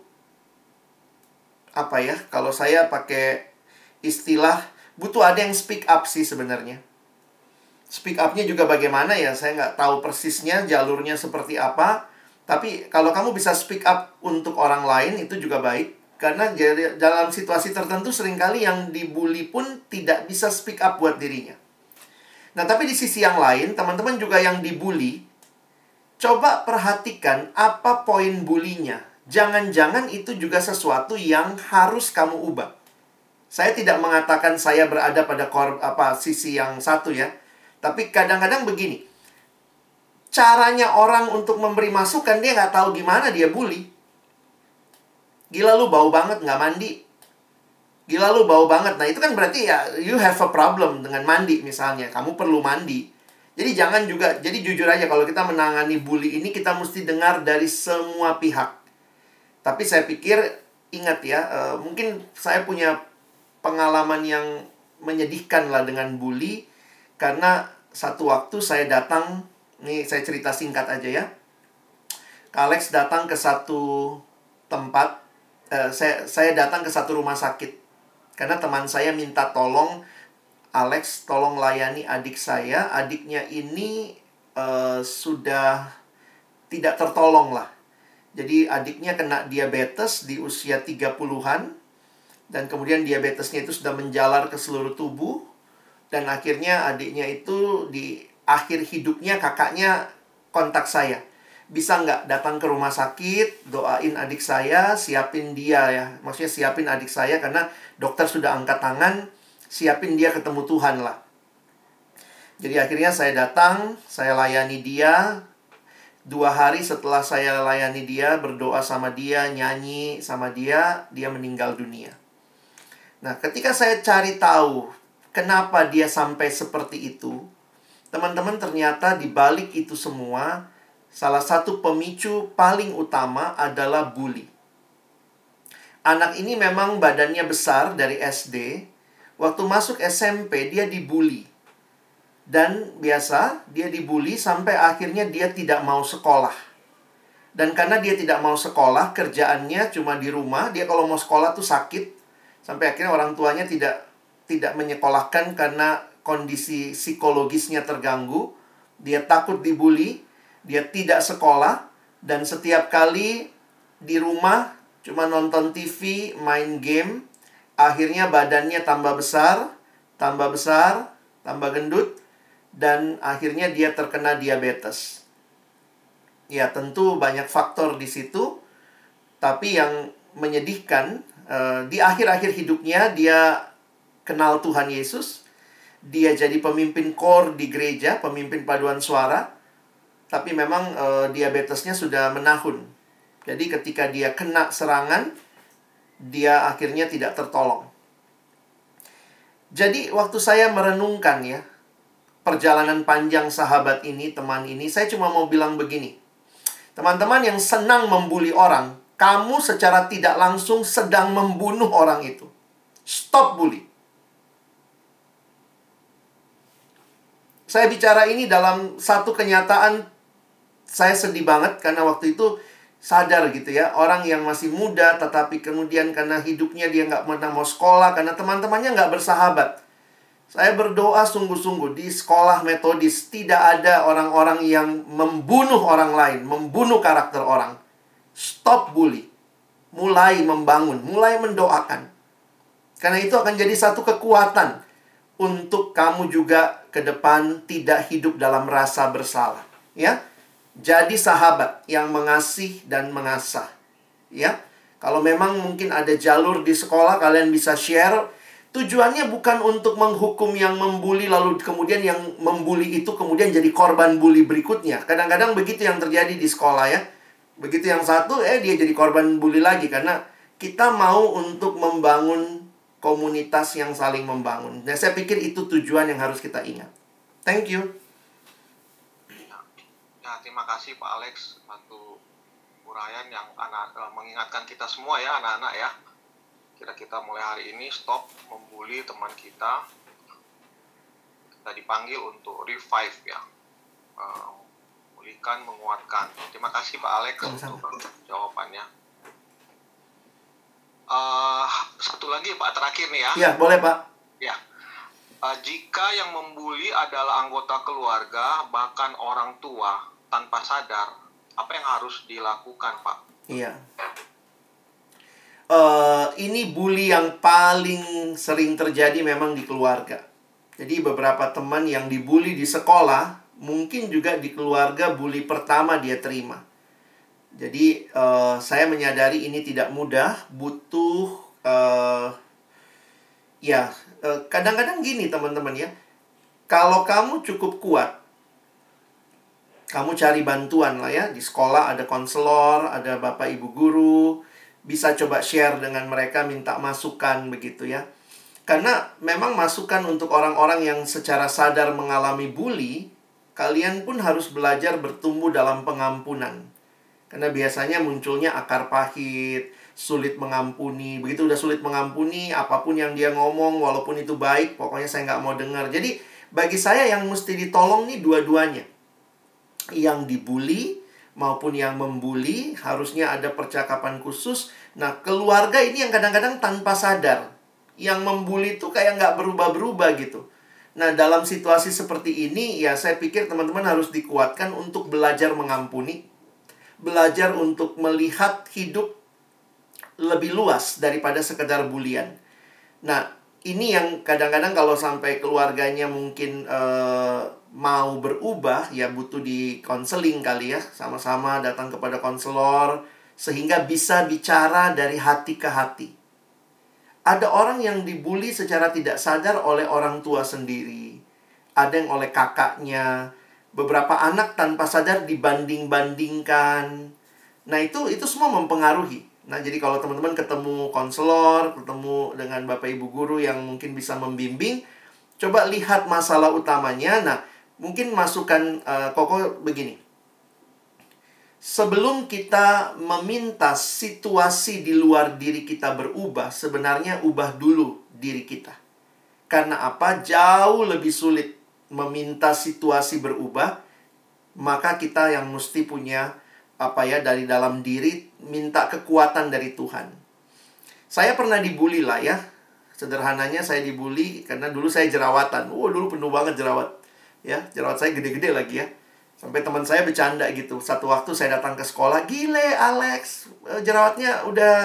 apa ya? Kalau saya pakai istilah, butuh ada yang speak up sih sebenarnya. Speak up-nya juga bagaimana ya, saya nggak tahu persisnya jalurnya seperti apa. Tapi kalau kamu bisa speak up untuk orang lain, itu juga baik. Karena dalam situasi tertentu seringkali yang dibully pun tidak bisa speak up buat dirinya. Nah, tapi di sisi yang lain, teman-teman juga yang dibully, coba perhatikan apa poin bulinya. Jangan-jangan itu juga sesuatu yang harus kamu ubah. Saya tidak mengatakan saya berada pada sisi yang satu ya. Tapi kadang-kadang begini, caranya orang untuk memberi masukan, dia nggak tahu gimana dia bully. Gila lu bau banget nggak mandi. Gila lu bau banget. Nah itu kan berarti ya you have a problem dengan mandi misalnya. Kamu perlu mandi. Jadi jangan juga, jadi jujur aja kalau kita menangani bully ini kita mesti dengar dari semua pihak. Tapi saya pikir, ingat ya, mungkin saya punya pengalaman yang menyedihkan lah dengan bully. Karena satu waktu saya datang, nih saya cerita singkat aja ya. Kak Alex datang ke satu tempat, saya datang ke satu rumah sakit. Karena teman saya minta tolong, Alex tolong layani adik saya. Adiknya ini sudah tidak tertolong lah. Jadi adiknya kena diabetes di usia 30-an. Dan kemudian diabetesnya itu sudah menjalar ke seluruh tubuh. Dan akhirnya adiknya itu di akhir hidupnya kakaknya kontak saya. Bisa nggak datang ke rumah sakit, doain adik saya, siapin dia ya. Maksudnya siapin adik saya karena dokter sudah angkat tangan, siapin dia ketemu Tuhan lah. Jadi akhirnya saya datang, saya layani dia. 2 hari setelah saya layani dia, berdoa sama dia, nyanyi sama dia, dia meninggal dunia. Nah, ketika saya cari tahu kenapa dia sampai seperti itu, teman-teman, ternyata di balik itu semua, salah satu pemicu paling utama adalah bully. Anak ini memang badannya besar dari SD. Waktu masuk SMP, dia dibully. Dan biasa, dia dibully sampai akhirnya dia tidak mau sekolah. Dan karena dia tidak mau sekolah, kerjaannya cuma di rumah. Dia kalau mau sekolah tuh sakit. Sampai akhirnya orang tuanya tidak menyekolahkan karena kondisi psikologisnya terganggu. Dia takut dibully, dia tidak sekolah, dan setiap kali di rumah cuma nonton TV, main game, akhirnya badannya tambah besar, tambah gendut, dan akhirnya dia terkena diabetes. Ya, tentu banyak faktor di situ, tapi yang menyedihkan, di akhir-akhir hidupnya dia kenal Tuhan Yesus. Dia jadi pemimpin KOR di gereja, pemimpin paduan suara. Tapi memang diabetesnya sudah menahun. Jadi ketika dia kena serangan, dia akhirnya tidak tertolong. Jadi waktu saya merenungkan ya, perjalanan panjang sahabat ini, teman ini, saya cuma mau bilang begini. Teman-teman yang senang membuli orang, kamu secara tidak langsung sedang membunuh orang itu. Stop bully. Saya bicara ini dalam satu kenyataan, saya sedih banget karena waktu itu sadar gitu ya. Orang yang masih muda tetapi kemudian karena hidupnya dia nggak pernah mau sekolah, karena teman-temannya nggak bersahabat. Saya berdoa sungguh-sungguh di sekolah metodis tidak ada orang-orang yang membunuh orang lain, membunuh karakter orang. Stop bully. Mulai membangun, mulai mendoakan. Karena itu akan jadi satu kekuatan untuk kamu juga ke depan tidak hidup dalam rasa bersalah. Ya, jadi sahabat yang mengasih dan mengasah. Ya, kalau memang mungkin ada jalur di sekolah, kalian bisa share. Tujuannya bukan untuk menghukum yang membuli, lalu kemudian yang membuli itu kemudian jadi korban bully berikutnya. Kadang-kadang begitu yang terjadi di sekolah ya. Begitu yang satu, dia jadi korban bully lagi. Karena kita mau untuk membangun komunitas yang saling membangun. Dan saya pikir itu tujuan yang harus kita ingat. Thank you. Ya, terima kasih Pak Alex. Satu uraian yang mengingatkan kita semua ya, anak-anak ya. Kita mulai hari ini stop membuli teman kita. kita dipanggil untuk revive ya, memulihkan, menguatkan. Terima kasih Pak Alex Sama-sama. untuk jawabannya. Satu lagi Pak, terakhir nih ya. Ya, boleh Pak. Ya, jika yang membuli adalah anggota keluarga, bahkan orang tua, tanpa sadar, apa yang harus dilakukan, Pak? Iya. Ini bully yang paling sering terjadi memang di keluarga. Jadi beberapa teman yang dibully di sekolah, mungkin juga di keluarga bully pertama dia terima. Jadi saya menyadari ini tidak mudah, butuh kadang-kadang gini teman-teman ya. Kalau kamu cukup kuat, kamu cari bantuan lah ya. Di sekolah ada konselor, ada bapak ibu guru, bisa coba share dengan mereka, minta masukan begitu ya. Karena memang masukan untuk orang-orang yang secara sadar mengalami bully, kalian pun harus belajar bertumbuh dalam pengampunan. Karena biasanya munculnya akar pahit, sulit mengampuni. Begitu udah sulit mengampuni, apapun yang dia ngomong, walaupun itu baik, pokoknya saya nggak mau dengar. Jadi bagi saya yang mesti ditolong nih dua-duanya. Yang dibully maupun yang membuli, harusnya ada percakapan khusus. Nah, keluarga ini yang kadang-kadang tanpa sadar. Yang membuli itu kayak nggak berubah-berubah gitu. Nah, dalam situasi seperti ini, ya saya pikir teman-teman harus dikuatkan untuk belajar mengampuni. Belajar untuk melihat hidup lebih luas daripada sekedar bulian. Nah, ini yang kadang-kadang kalau sampai keluarganya mungkin mau berubah, ya butuh di konseling kali ya. Sama-sama datang kepada konselor, sehingga bisa bicara dari hati ke hati. Ada orang yang dibully secara tidak sadar oleh orang tua sendiri. Ada yang oleh kakaknya. Beberapa anak tanpa sadar dibanding-bandingkan. Nah, itu semua mempengaruhi. Nah, jadi kalau teman-teman ketemu konselor, ketemu dengan bapak ibu guru yang mungkin bisa membimbing, coba lihat masalah utamanya. Nah, mungkin masukan Koko begini. Sebelum kita meminta situasi di luar diri kita berubah, sebenarnya ubah dulu diri kita. Karena apa? Jauh lebih sulit meminta situasi berubah, maka kita yang mesti punya dari dalam diri, minta kekuatan dari Tuhan. Saya pernah dibully lah ya. Sederhananya saya dibully karena dulu saya jerawatan. Dulu penuh banget jerawat. Ya, jerawat saya gede-gede lagi ya. Sampai teman saya bercanda gitu. Satu waktu saya datang ke sekolah, "Gile Alex, jerawatnya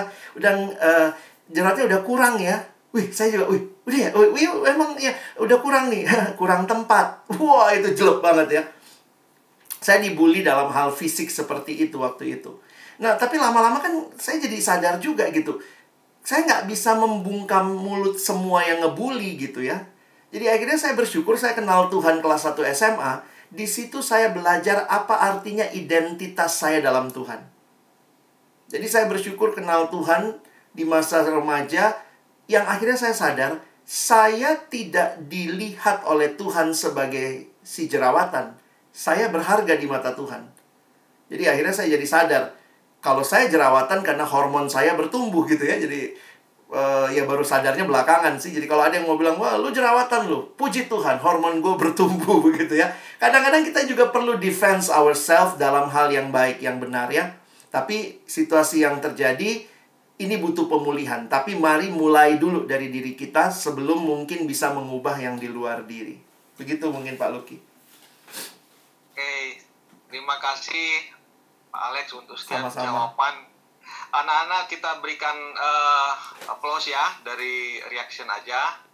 udah kurang ya." Wih, saya juga, udah ya? Emang ya udah kurang nih. Kurang tempat. Wah, itu jelek banget ya. Saya dibully dalam hal fisik seperti itu waktu itu. Nah, tapi lama-lama kan saya jadi sadar juga gitu. Saya nggak bisa membungkam mulut semua yang ngebully gitu ya. Jadi akhirnya saya bersyukur saya kenal Tuhan kelas 1 SMA. Di situ saya belajar apa artinya identitas saya dalam Tuhan. Jadi saya bersyukur kenal Tuhan di masa remaja, yang akhirnya saya sadar, saya tidak dilihat oleh Tuhan sebagai si jerawatan. Saya berharga di mata Tuhan. Jadi akhirnya saya jadi sadar, kalau saya jerawatan karena hormon saya bertumbuh gitu ya. Jadi ya baru sadarnya belakangan sih. Jadi kalau ada yang mau bilang, "Wah, lu jerawatan lu." Puji Tuhan, hormon gue bertumbuh begitu ya. Kadang-kadang kita juga perlu defense ourselves dalam hal yang baik, yang benar ya. Tapi situasi yang terjadi, ini butuh pemulihan. Tapi mari mulai dulu dari diri kita sebelum mungkin bisa mengubah yang di luar diri. Begitu mungkin Pak Luki. Oke, terima kasih Pak Alex untuk setiap Sama-sama. jawaban. Anak-anak kita berikan applause ya dari reaction aja.